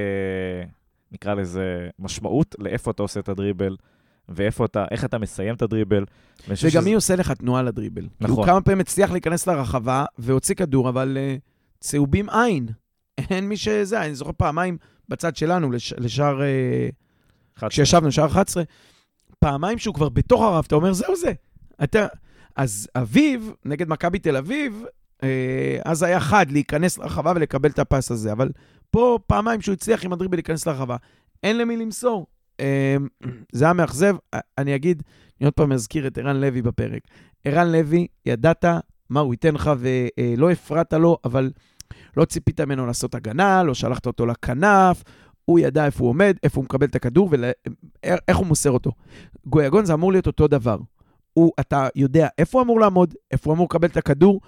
נקרא לזה, משמעות לאיפה אתה עושה את הדריבל, ואיפה אתה, איך אתה מסיים את הדריבל. וגם שזה... מי עושה לך תנועה לדריבל. נכון. הוא כמה פעמים הצליח להיכנס לרחבה, והוציא כדור, אבל uh, צהובים עין. אין מי שזה, אני זוכר פעמיים בצד שלנו, לש... לשער, uh, כשישבנו, שער אחת עשרה, פעמיים שהוא כבר בתוך הרב, אתה אומר, זהו זה. אתה... אז אביב, נגד מכבי תל אביב, uh, אז היה חד להיכנס לרחבה ולקבל את הפס הזה, אבל פה פעמיים שהוא הצליח עם הדריבל להיכנס לרחבה. אין למי למסור. זה היה מאכזב, אני אגיד, אני עוד פעם מזכיר את ערן לוי בפרק. ערן לוי, ידעת מה הוא ייתן לך ולא הפרעת לו, אבל לא ציפית ממנו לעשות הגנה, לא שלחת אותו לכנף, הוא ידע איפה הוא עומד, איפה הוא מקבל את הכדור ואיך הוא מוסר אותו. גויגון זה אמור להיות אותו דבר. הוא, אתה יודע איפה הוא אמור לעמוד, איפה הוא אמור לקבל את הכדור,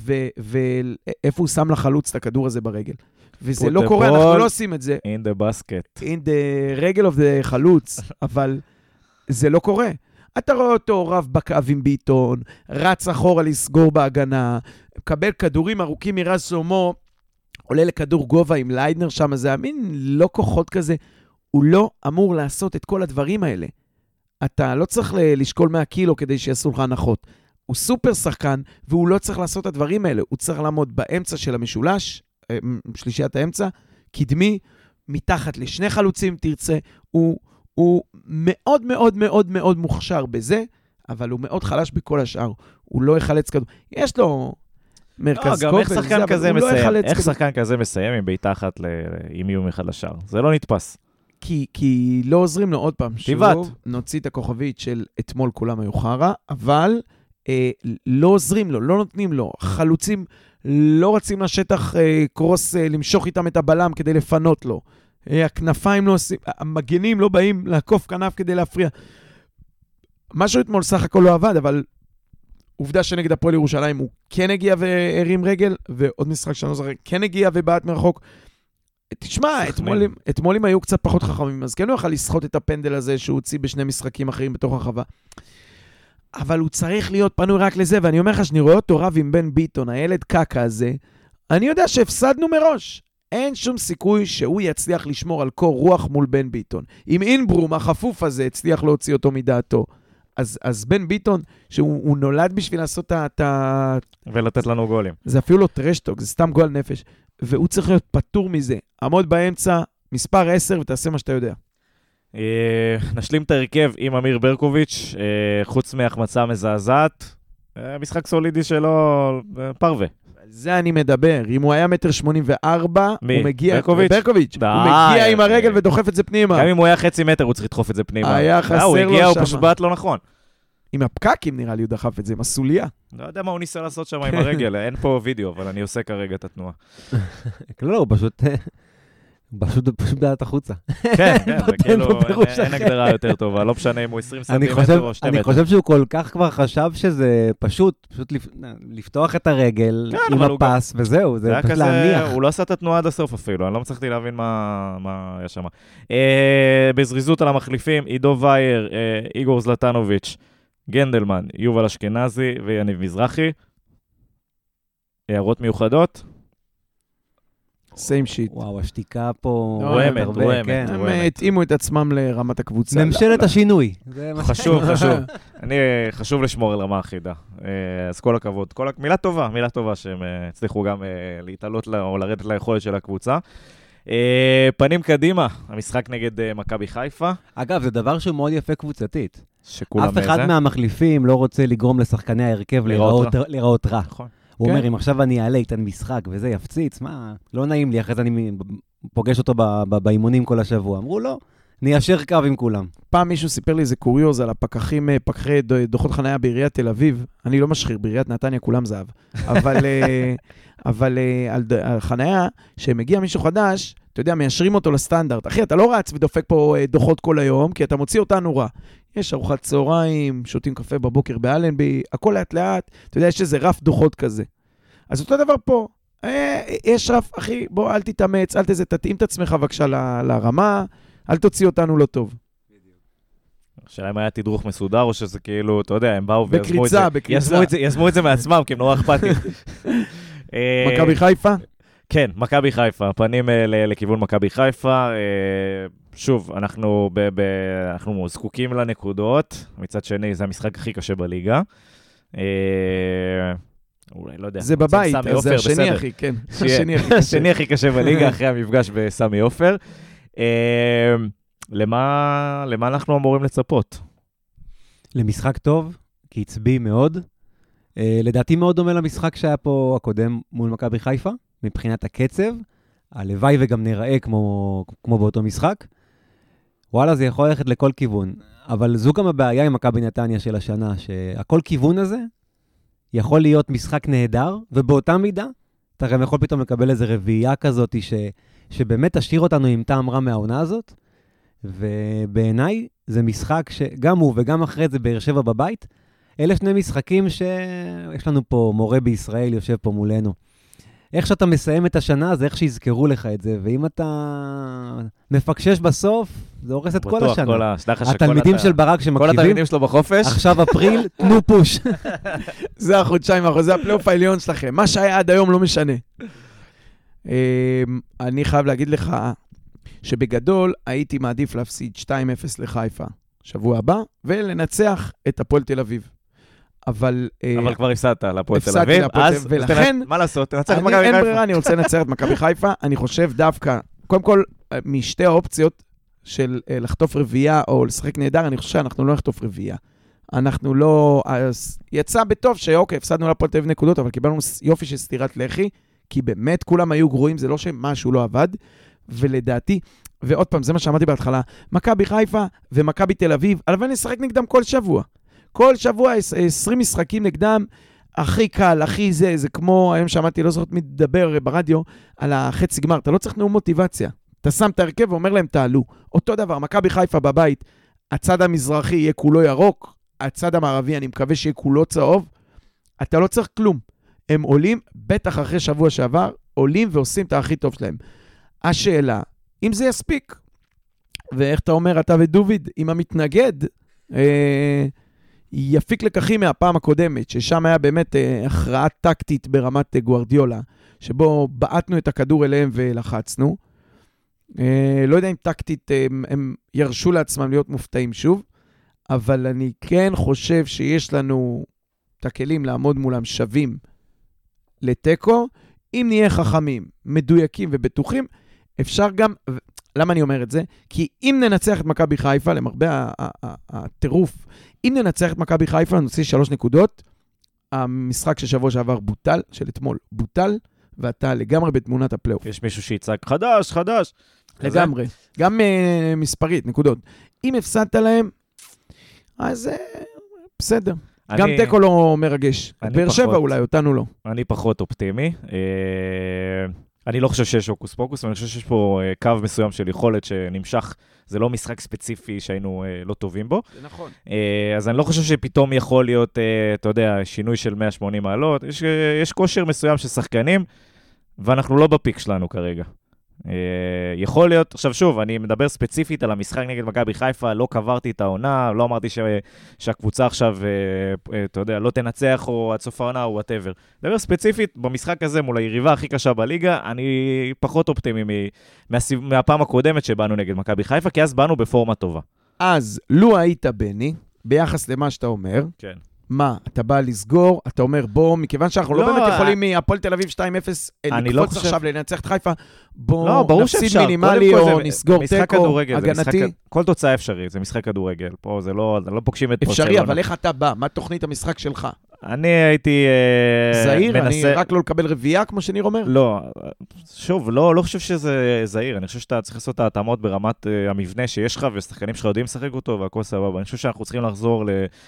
ואיפה הוא שם לחלוץ את הכדור הזה ברגל. וזה לא קורה, אנחנו לא עושים את זה. In the basket. In the רגל of the חלוץ, אבל זה לא קורה. אתה רואה אותו רב בקו עם ביטון, רץ אחורה לסגור בהגנה, מקבל כדורים ארוכים מרז סומו, עולה לכדור גובה עם ליידנר שם, זה אמין לא כוחות כזה, הוא לא אמור לעשות את כל הדברים האלה. אתה לא צריך לשקול מאה קילו כדי שיעשו לך הנחות. הוא סופר שחקן, והוא לא צריך לעשות את הדברים האלה. הוא צריך לעמוד באמצע של המשולש, שלישיית האמצע, קדמי, מתחת לשני חלוצים, תרצה. הוא, הוא מאוד מאוד מאוד מאוד מוכשר בזה, אבל הוא מאוד חלש בכל השאר. הוא לא יחלץ כדור. יש לו מרכז לא, כובד, איך שחקן כזה לא מסיים? איך כדור. שחקן כזה מסיים עם בעיטה אחת עם איום אחד לשער? זה לא נתפס. כי, כי לא עוזרים לו עוד פעם. טיבת. שוב, נוציא את הכוכבית של אתמול כולם היו חרה, אבל אה, לא עוזרים לו, לא נותנים לו. חלוצים לא רצים לשטח אה, קרוס, אה, למשוך איתם את הבלם כדי לפנות לו. אה, הכנפיים לא עושים, המגנים לא באים לעקוף כנף כדי להפריע. משהו אתמול סך הכל לא עבד, אבל עובדה שנגד הפועל ירושלים הוא כן הגיע והרים רגל, ועוד משחק שאני לא זוכר, כן הגיע ובעט מרחוק. תשמע, אתמולים, אתמולים היו קצת פחות חכמים, אז כן הוא יכל לסחוט את הפנדל הזה שהוא הוציא בשני משחקים אחרים בתוך הרחבה. אבל הוא צריך להיות פנוי רק לזה, ואני אומר לך שאני רואה אותו רב עם בן ביטון, הילד קקה הזה, אני יודע שהפסדנו מראש. אין שום סיכוי שהוא יצליח לשמור על קור רוח מול בן ביטון. אם אינברום, החפוף הזה, הצליח להוציא אותו מדעתו. אז, אז בן ביטון, שהוא נולד בשביל לעשות את ה... ולתת לנו גולים. זה אפילו לא טרשטוק, זה סתם גול נפש. והוא צריך להיות פטור מזה. עמוד באמצע, מספר עשר, ותעשה מה שאתה יודע. נשלים את הרכב עם אמיר ברקוביץ', חוץ מהחמצה מזעזעת. משחק סולידי שלו, פרווה. זה אני מדבר. אם הוא היה מטר שמונים וארבע, מי? הוא מגיע... ברקוביץ'? ברקוביץ'. הוא מגיע עם הרגל ודוחף את זה פנימה. גם אם הוא היה חצי מטר, הוא צריך לדחוף את זה פנימה. היה חסר לו הוא הגיע, הוא שמה. פשוט בעט לא נכון. עם הפקקים נראה לי הוא דחף את זה, עם הסוליה. לא יודע מה הוא ניסה לעשות שם עם הרגל, אין פה וידאו, אבל אני עושה כרגע את התנועה. לא, לא, הוא פשוט... פשוט, פשוט בעט החוצה. כן, כן, זה כאילו, אין הגדרה יותר טובה, לא משנה אם הוא עשרים סנטימטר או שתי מטר. אני חושב שהוא כל כך כבר חשב שזה פשוט, פשוט לפתוח את הרגל עם הפס, וזהו, זה פשוט להניח. הוא לא עשה את התנועה עד הסוף אפילו, אני לא מצליחתי להבין מה היה שם. בזריזות על המחליפים, עידו וייר, איגור זלטנוביץ', גנדלמן, יובל אשכנזי ויניב מזרחי. הערות מיוחדות? סיים שיט. וואו, השתיקה פה... רועמת, רועמת. הם התאימו את עצמם לרמת הקבוצה. ממשלת השינוי. חשוב, חשוב. אני, חשוב לשמור על רמה אחידה. אז כל הכבוד. מילה טובה, מילה טובה שהם הצליחו גם להתעלות או לרדת ליכולת של הקבוצה. פנים קדימה, המשחק נגד מכבי חיפה. אגב, זה דבר שהוא מאוד יפה קבוצתית. אף אחד מהמחליפים לא רוצה לגרום לשחקני ההרכב לראות רע. נכון. הוא אומר, אם עכשיו אני אעלה איתן משחק וזה יפציץ, מה, לא נעים לי, אחרי זה אני פוגש אותו באימונים כל השבוע. אמרו, לא, ניישר קו עם כולם. פעם מישהו סיפר לי איזה קוריוז על הפקחים, פקחי דוחות חניה בעיריית תל אביב. אני לא משחיר, בעיריית נתניה כולם זהב. אבל, אבל על, על חניה, שמגיע מישהו חדש, אתה יודע, מיישרים אותו לסטנדרט. אחי, אתה לא רץ ודופק פה דוחות כל היום, כי אתה מוציא אותנו רע. יש ארוחת צהריים, שותים קפה בבוקר באלנבי, הכל לאט לאט, אתה יודע, יש איזה רף דוחות כזה. אז אותו דבר פה, אה, יש רף, אחי, בוא, אל תתאמץ, אל תזה, תתאים את עצמך בבקשה ל, לרמה, אל תוציא אותנו לא טוב. השאלה אם היה תדרוך מסודר, או שזה כאילו, אתה יודע, הם באו ויזמו את זה. בקריצה, בקריצה. יזמו את זה מעצמם, כי הם נורא אכפתיים. מכבי חיפה? כן, מכבי חיפה, פנים לכיוון מכבי חיפה. שוב, אנחנו, ב, ב, אנחנו זקוקים לנקודות, מצד שני זה המשחק הכי קשה בליגה. אולי, לא יודע. זה בבית, זה השני הכי, כן. השני הכי קשה בליגה, אחרי המפגש בסמי עופר. למה, למה אנחנו אמורים לצפות? למשחק טוב, כי הצביע מאוד. לדעתי מאוד דומה למשחק שהיה פה הקודם מול מכבי חיפה, מבחינת הקצב. הלוואי וגם נראה כמו, כמו באותו משחק. וואלה, זה יכול ללכת לכל כיוון. אבל זו גם הבעיה עם מכבי נתניה של השנה, שהכל כיוון הזה יכול להיות משחק נהדר, ובאותה מידה, אתה גם יכול פתאום לקבל איזו רביעייה כזאת, ש, שבאמת תשאיר אותנו עם טעם רע מהעונה הזאת, ובעיניי זה משחק שגם הוא וגם אחרי זה באר שבע בבית, אלה שני משחקים שיש לנו פה מורה בישראל יושב פה מולנו. איך שאתה מסיים את השנה, זה איך שיזכרו לך את זה, ואם אתה מפקשש בסוף, זה הורס את כל השנה. כל ה... התלמידים של ברק שמקשיבים, כל התלמידים שלו בחופש. עכשיו אפריל, תנו פוש. זה החודשיים, זה הפלייאוף העליון שלכם. מה שהיה עד היום לא משנה. אני חייב להגיד לך שבגדול הייתי מעדיף להפסיד שתיים אפס לחיפה שבוע הבא, ולנצח את הפועל תל אביב. אבל... אבל כבר הפסדת להפועל תל אביב, אז ולכן... מה לעשות? תנצח את מכבי חיפה. אין ברירה, אני רוצה לנצח את מכבי חיפה. אני חושב דווקא, קודם כל, משתי האופציות של לחטוף רביעייה או לשחק נהדר, אני חושב שאנחנו לא נחטוף רביעייה. אנחנו לא... אז יצא בטוב שאוקיי, הפסדנו להפועל תל אביב נקודות, אבל קיבלנו יופי של סתירת לחי, כי באמת כולם היו גרועים, זה לא שמשהו לא עבד, ולדעתי, ועוד פעם, זה מה שאמרתי בהתחלה, מכבי חיפה ומכבי תל אביב, אבל נשחק נגדם כל שבוע. כל שבוע עשרים משחקים נגדם, הכי קל, הכי זה, זה כמו, היום שמעתי, לא זוכרת מי לדבר ברדיו, על החצי גמר, אתה לא צריך נאום מוטיבציה. אתה שם את הרכב ואומר להם, תעלו. אותו דבר, מכבי חיפה בבית, הצד המזרחי יהיה כולו ירוק, הצד המערבי, אני מקווה שיהיה כולו צהוב, אתה לא צריך כלום. הם עולים, בטח אחרי שבוע שעבר, עולים ועושים את הכי טוב שלהם. השאלה, אם זה יספיק, ואיך אתה אומר, אתה ודוביד, אם המתנגד, אה, יפיק לקחים מהפעם הקודמת, ששם היה באמת אה, הכרעה טקטית ברמת אה, גוארדיולה, שבו בעטנו את הכדור אליהם ולחצנו. אה, לא יודע אם טקטית אה, הם ירשו לעצמם להיות מופתעים שוב, אבל אני כן חושב שיש לנו את הכלים לעמוד מולם שווים לטקו, אם נהיה חכמים, מדויקים ובטוחים, אפשר גם, למה אני אומר את זה? כי אם ננצח את מכבי חיפה, למרבה הטירוף, אם ננצח את מכבי חיפה, נוציא שלוש נקודות, המשחק של שבוע שעבר בוטל, של אתמול בוטל, ואתה לגמרי בתמונת הפלייאוף. יש מישהו שיצעק חדש, חדש. לגמרי. גם uh, מספרית, נקודות. אם הפסדת להם, אז uh, בסדר. אני, גם טקו לא מרגש. באר שבע אולי, אותנו לא. אני פחות אופטימי. אני לא חושב שיש הוקוס פוקוס, אני חושב שיש פה קו מסוים של יכולת שנמשך. זה לא משחק ספציפי שהיינו לא טובים בו. זה נכון. אז אני לא חושב שפתאום יכול להיות, אתה יודע, שינוי של מאה ושמונים מעלות. יש, יש כושר מסוים של שחקנים, ואנחנו לא בפיק שלנו כרגע. יכול להיות, עכשיו שוב, אני מדבר ספציפית על המשחק נגד מכבי חיפה, לא קברתי את העונה, לא אמרתי ש, שהקבוצה עכשיו, אתה יודע, לא תנצח או עד סוף העונה או whatever. מדבר ספציפית, במשחק הזה מול היריבה הכי קשה בליגה, אני פחות אופטימי מה, מהפעם הקודמת שבאנו נגד מכבי חיפה, כי אז באנו בפורמה טובה. אז, לו היית בני, ביחס למה שאתה אומר, כן. מה, אתה בא לסגור, אתה אומר בוא, מכיוון שאנחנו לא, לא באמת יכולים מהפועל תל אביב שתיים אפס, לקפוץ לא חושב... עכשיו לנצח את חיפה, בוא לא, נפסיד מינימלי או זה, נסגור טקו הגנתי. משחק, כל תוצאה אפשרית, זה משחק כדורגל, פה זה לא, לא פוגשים את אפשרי, ברצלונה. אבל איך אתה בא? מה תוכנית המשחק שלך? אני הייתי זהיר, מנסה... אני רק לא לקבל רביעייה, כמו שניר אומר? לא, שוב, לא, לא חושב שזה זהיר, אני חושב שאתה צריך לעשות את ההתאמות ברמת המבנה שיש לך, ושחקנים שלך יודעים לשחק אותו, והכל סבבה. אני חושב שאנחנו צריכים לחזור ל...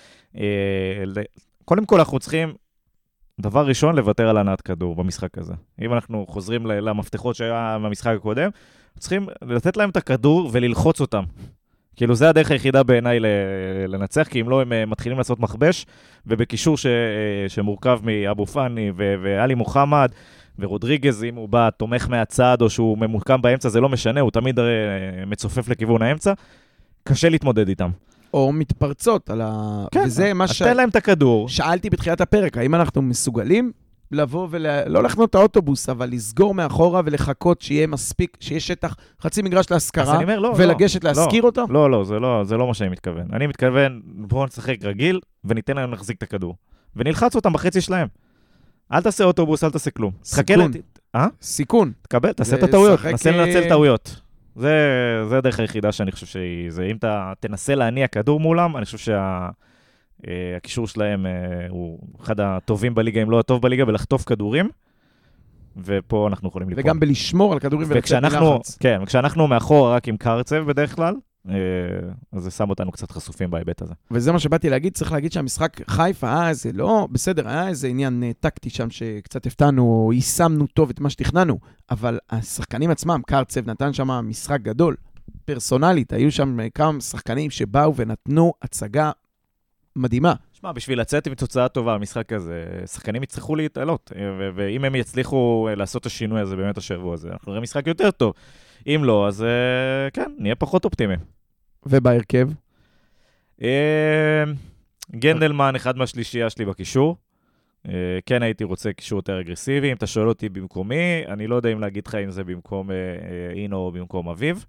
קודם כל אנחנו צריכים, דבר ראשון, לוותר על הנעת כדור במשחק הזה. אם אנחנו חוזרים למפתחות שהיה במשחק הקודם, צריכים לתת להם את הכדור וללחוץ אותם. כאילו זה הדרך היחידה בעיניי לנצח, כי אם לא, הם מתחילים לעשות מחבש, ובקישור ש... שמורכב מאבו פאני ו... ואלי מוחמד, ורודריגז, אם הוא בא תומך מהצד, או שהוא ממוקם באמצע, זה לא משנה, הוא תמיד מצופף לכיוון האמצע, קשה להתמודד איתם. או מתפרצות על ה... כן, וזה מה ש... תן להם את הכדור. שאלתי בתחילת הפרק, האם אנחנו מסוגלים לבוא ול... לא לחנות את האוטובוס, אבל לסגור מאחורה ולחכות שיהיה מספיק, שיהיה שטח חצי מגרש להשכרה, לא, ולגשת לא, להשכיר לא, אותו? לא, לא, זה לא, זה לא מה שאני מתכוון. אני מתכוון, בואו נשחק רגיל, וניתן להם להחזיק את הכדור. ונלחץ אותם בחצי שלהם. אל תעשה אוטובוס, אל תעשה כלום. סיכון. אה? סיכון. תקבל, תעשה את הטעויות, נסה לנצל טעויות. זה, זה הדרך היחידה שאני חושב שהיא, זה אם אתה תנסה להניע כדור מולם, אני חושב שהקישור שלהם הוא אחד הטובים בליגה, אם לא הטוב בליגה, בלחטוף כדורים, ופה אנחנו יכולים ליפול. וגם בלשמור על כדורים ולצאת מלחץ. כן, וכשאנחנו מאחור רק עם קרצב בדרך כלל, אז זה שם אותנו קצת חשופים בהיבט הזה. וזה מה שבאתי להגיד, צריך להגיד שהמשחק חיפה, אה, זה לא, בסדר, היה איזה עניין טקטי שם שקצת הפתענו, יישמנו טוב את מה שתכננו, אבל השחקנים עצמם, קרצב נתן שם משחק גדול, פרסונלית, היו שם כמה שחקנים שבאו ונתנו הצגה מדהימה. שמע, בשביל לצאת עם תוצאה טובה במשחק הזה, שחקנים יצטרכו להתעלות, ואם הם יצליחו לעשות את השינוי הזה באמת השבוע הזה, אנחנו נראה משחק יותר טוב. אם לא, אז כן, נהיה פחות אופטימי. ובהרכב? גנדלמן, אחד מהשלישייה שלי בקישור. כן הייתי רוצה קישור יותר אגרסיבי, אם אתה שואל אותי במקומי, אני לא יודע אם להגיד לך אם זה במקום אינו או במקום אביב.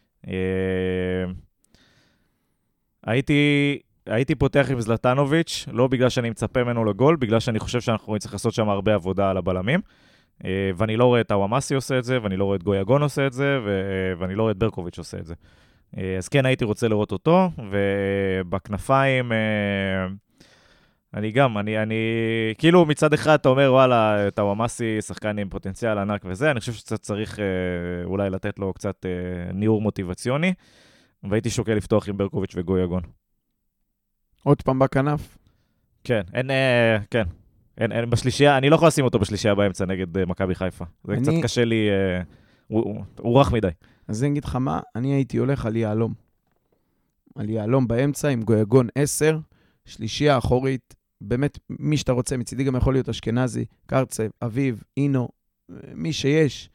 הייתי, הייתי פותח עם זלטנוביץ', לא בגלל שאני מצפה ממנו לגול, בגלל שאני חושב שאנחנו צריכים לעשות שם הרבה עבודה על הבלמים, ואני לא רואה את הוואמאסי עושה את זה, ואני לא רואה את גויגון עושה את זה, ואני לא רואה את ברקוביץ' עושה את זה. אז כן הייתי רוצה לראות אותו, ובכנפיים... אני גם, אני, אני, כאילו מצד אחד אתה אומר, וואלה, את הוואמאסי שחקן עם פוטנציאל ענק וזה, אני חושב שאתה צריך אה, אולי לתת לו קצת אה, ניעור מוטיבציוני, והייתי שוקל לפתוח עם ברקוביץ' וגויגון. עוד פעם בכנף? כן, אין, אה, כן, אין, אין, בשלישייה, אני לא יכול לשים אותו בשלישייה באמצע נגד אה, מכבי חיפה. זה אני... קצת קשה לי, אה, הוא, הוא, הוא רך מדי. אז אני אגיד לך מה, אני הייתי הולך על יעלום. על יעלום באמצע עם גויגון עשר, שלישייה אחורית, באמת מי שאתה רוצה, מצידי גם יכול להיות אשכנזי, קרצב, אביב, אינו, מי שיש.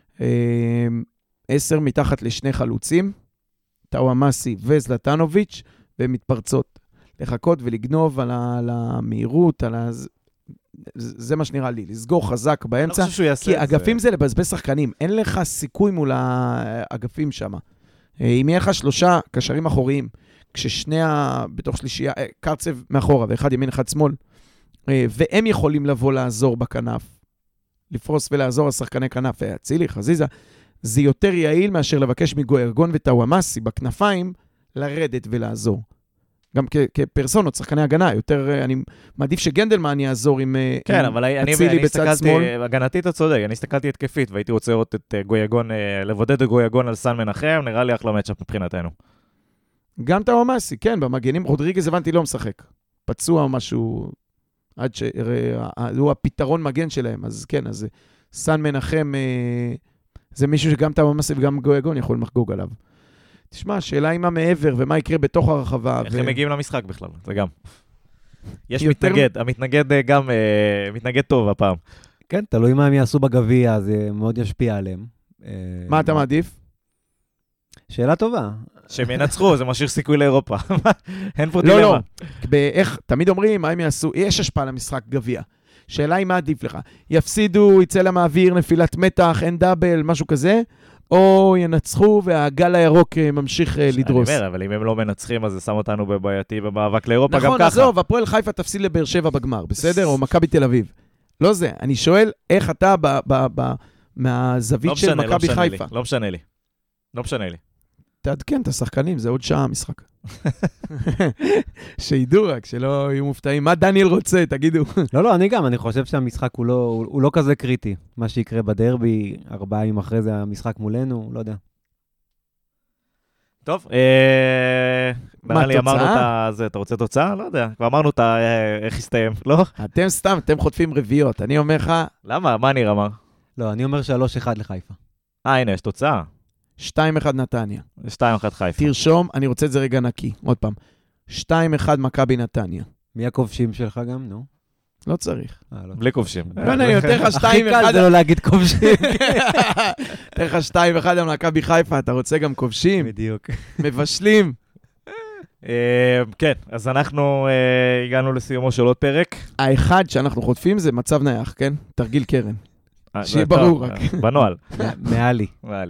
עשר מתחת לשני חלוצים, טאוואמאסי וזלטנוביץ', והם מתפרצות. לחכות ולגנוב על, ה, על המהירות, על ה... זה מה שנראה לי, לסגור חזק באמצע, כי אגפים זה לבזבז שחקנים, אין לך סיכוי מול האגפים שם. אם יהיה לך שלושה קשרים אחוריים, כששני ה... בתוך שלישייה, קרצב מאחורה, ואחד ימין, אחד שמאל, והם יכולים לבוא לעזור בכנף, לפרוס ולעזור לשחקני כנף, אצילי, חזיזה, זה יותר יעיל מאשר לבקש מגויגון וטאוואמאסי בכנפיים, לרדת ולעזור. גם כ- כפרסונות, שחקני הגנה, יותר, אני מעדיף שגנדלמן יעזור עם כן, אבל אני, אני הסתכלתי, הגנתית אתה צודק, אני הסתכלתי התקפית, והייתי רוצה לראות את גויגון, לבודד את גויגון על סן מנחם, נראה לי אחלה מצ'אפ מבחינתנו. גם טאוואמאסי, כן, במגנים, רודריגז הבנתי לא משחק. פצוע או משהו, עד שהוא הפתרון מגן שלהם, אז כן, אז סן מנחם, זה מישהו שגם טאוואמאסי וגם גויגון יכול לחגוג עליו. תשמע, שאלה היא מה מעבר ומה יקרה בתוך הרחבה. איך הם מגיעים למשחק בכלל, זה גם. יש מתנגד, המתנגד גם מתנגד טוב הפעם. כן, תלוי מה הם יעשו בגביע, זה מאוד ישפיע עליהם. מה אתה מעדיף? שאלה טובה. שהם ינצחו, זה משאיר סיכוי לאירופה. אין פה דילמה. לא, לא. איך, תמיד אומרים, מה הם יעשו? יש השפעה למשחק גביע. שאלה היא מה עדיף לך. יפסידו, יצא למעביר, נפילת מתח, אין דאבל, משהו כזה, או ינצחו והגל הירוק ממשיך לדרוס. אני אומר, אבל אם הם לא מנצחים, אז זה שם אותנו בבעייתי במאבק לאירופה גם ככה. נכון, עזוב, הפועל חיפה תפסיד לבאר שבע בגמר, בסדר? או מכבי תל אביב. לא זה, אני שואל איך אתה מהזווית של מכבי חיפה. לא משנה לי, לא משנה לי. תעדכן את השחקנים, זה עוד שעה המשחק. שידעו רק, שלא יהיו מופתעים. מה דניאל רוצה, תגידו. לא, לא, אני גם, אני חושב שהמשחק הוא לא, הוא לא כזה קריטי. מה שיקרה בדרבי, ארבעה ימים אחרי זה המשחק מולנו, לא יודע. טוב, נראה לי אמרנו את זה, אתה רוצה תוצאה? לא יודע, כבר אמרנו את איך הסתיים, לא? אתם סתם, אתם חוטפים רביעיות, אני אומר לך... למה? מה ניר אמר? לא, אני אומר שלוש אחד לחיפה. אה, הנה, יש תוצאה. שתיים אחד נתניה. שתיים אחד חיפה. תרשום, אני רוצה את זה רגע נקי. עוד פעם. שתיים אחד מכבי נתניה. מי הכובשים שלך גם, נו? לא צריך. בלי כובשים. לא, אני יותר לך שתיים אחד. הכי קל זה לא להגיד כובשים. יותר לך שתיים אחד על מכבי חיפה, אתה רוצה גם כובשים? בדיוק. מבשלים. כן, אז אנחנו הגענו לסיומו של עוד פרק. האחד שאנחנו חוטפים זה מצב נייח, כן? תרגיל קרן. שיהיה ברור רק. בנועל. מעלי. מעלי.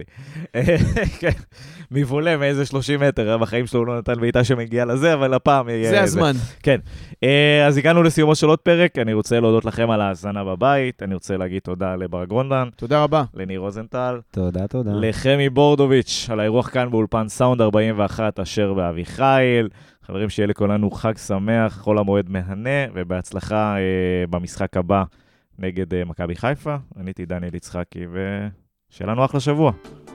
מבולה מאיזה שלושים מטר, בחיים שלו לא נתן בעיטה שמגיעה לזה, אבל הפעם... זה הזמן. כן. אז הגענו לסיומו של עוד פרק, אני רוצה להודות לכם על ההאזנה בבית, אני רוצה להגיד תודה לבר גרונדן. תודה רבה. לניר רוזנטל. תודה, תודה. לחמי בורדוביץ' על האירוח כאן באולפן סאונד ארבעים ואחת אשר באביחיל. חברים, שיהיה לכולנו חג שמח, חול המועד מהנה, ובהצלחה במשחק הבא. נגד מכבי חיפה, אני הייתי דניאל יצחקי, ושיהיה לנו אחלה שבוע.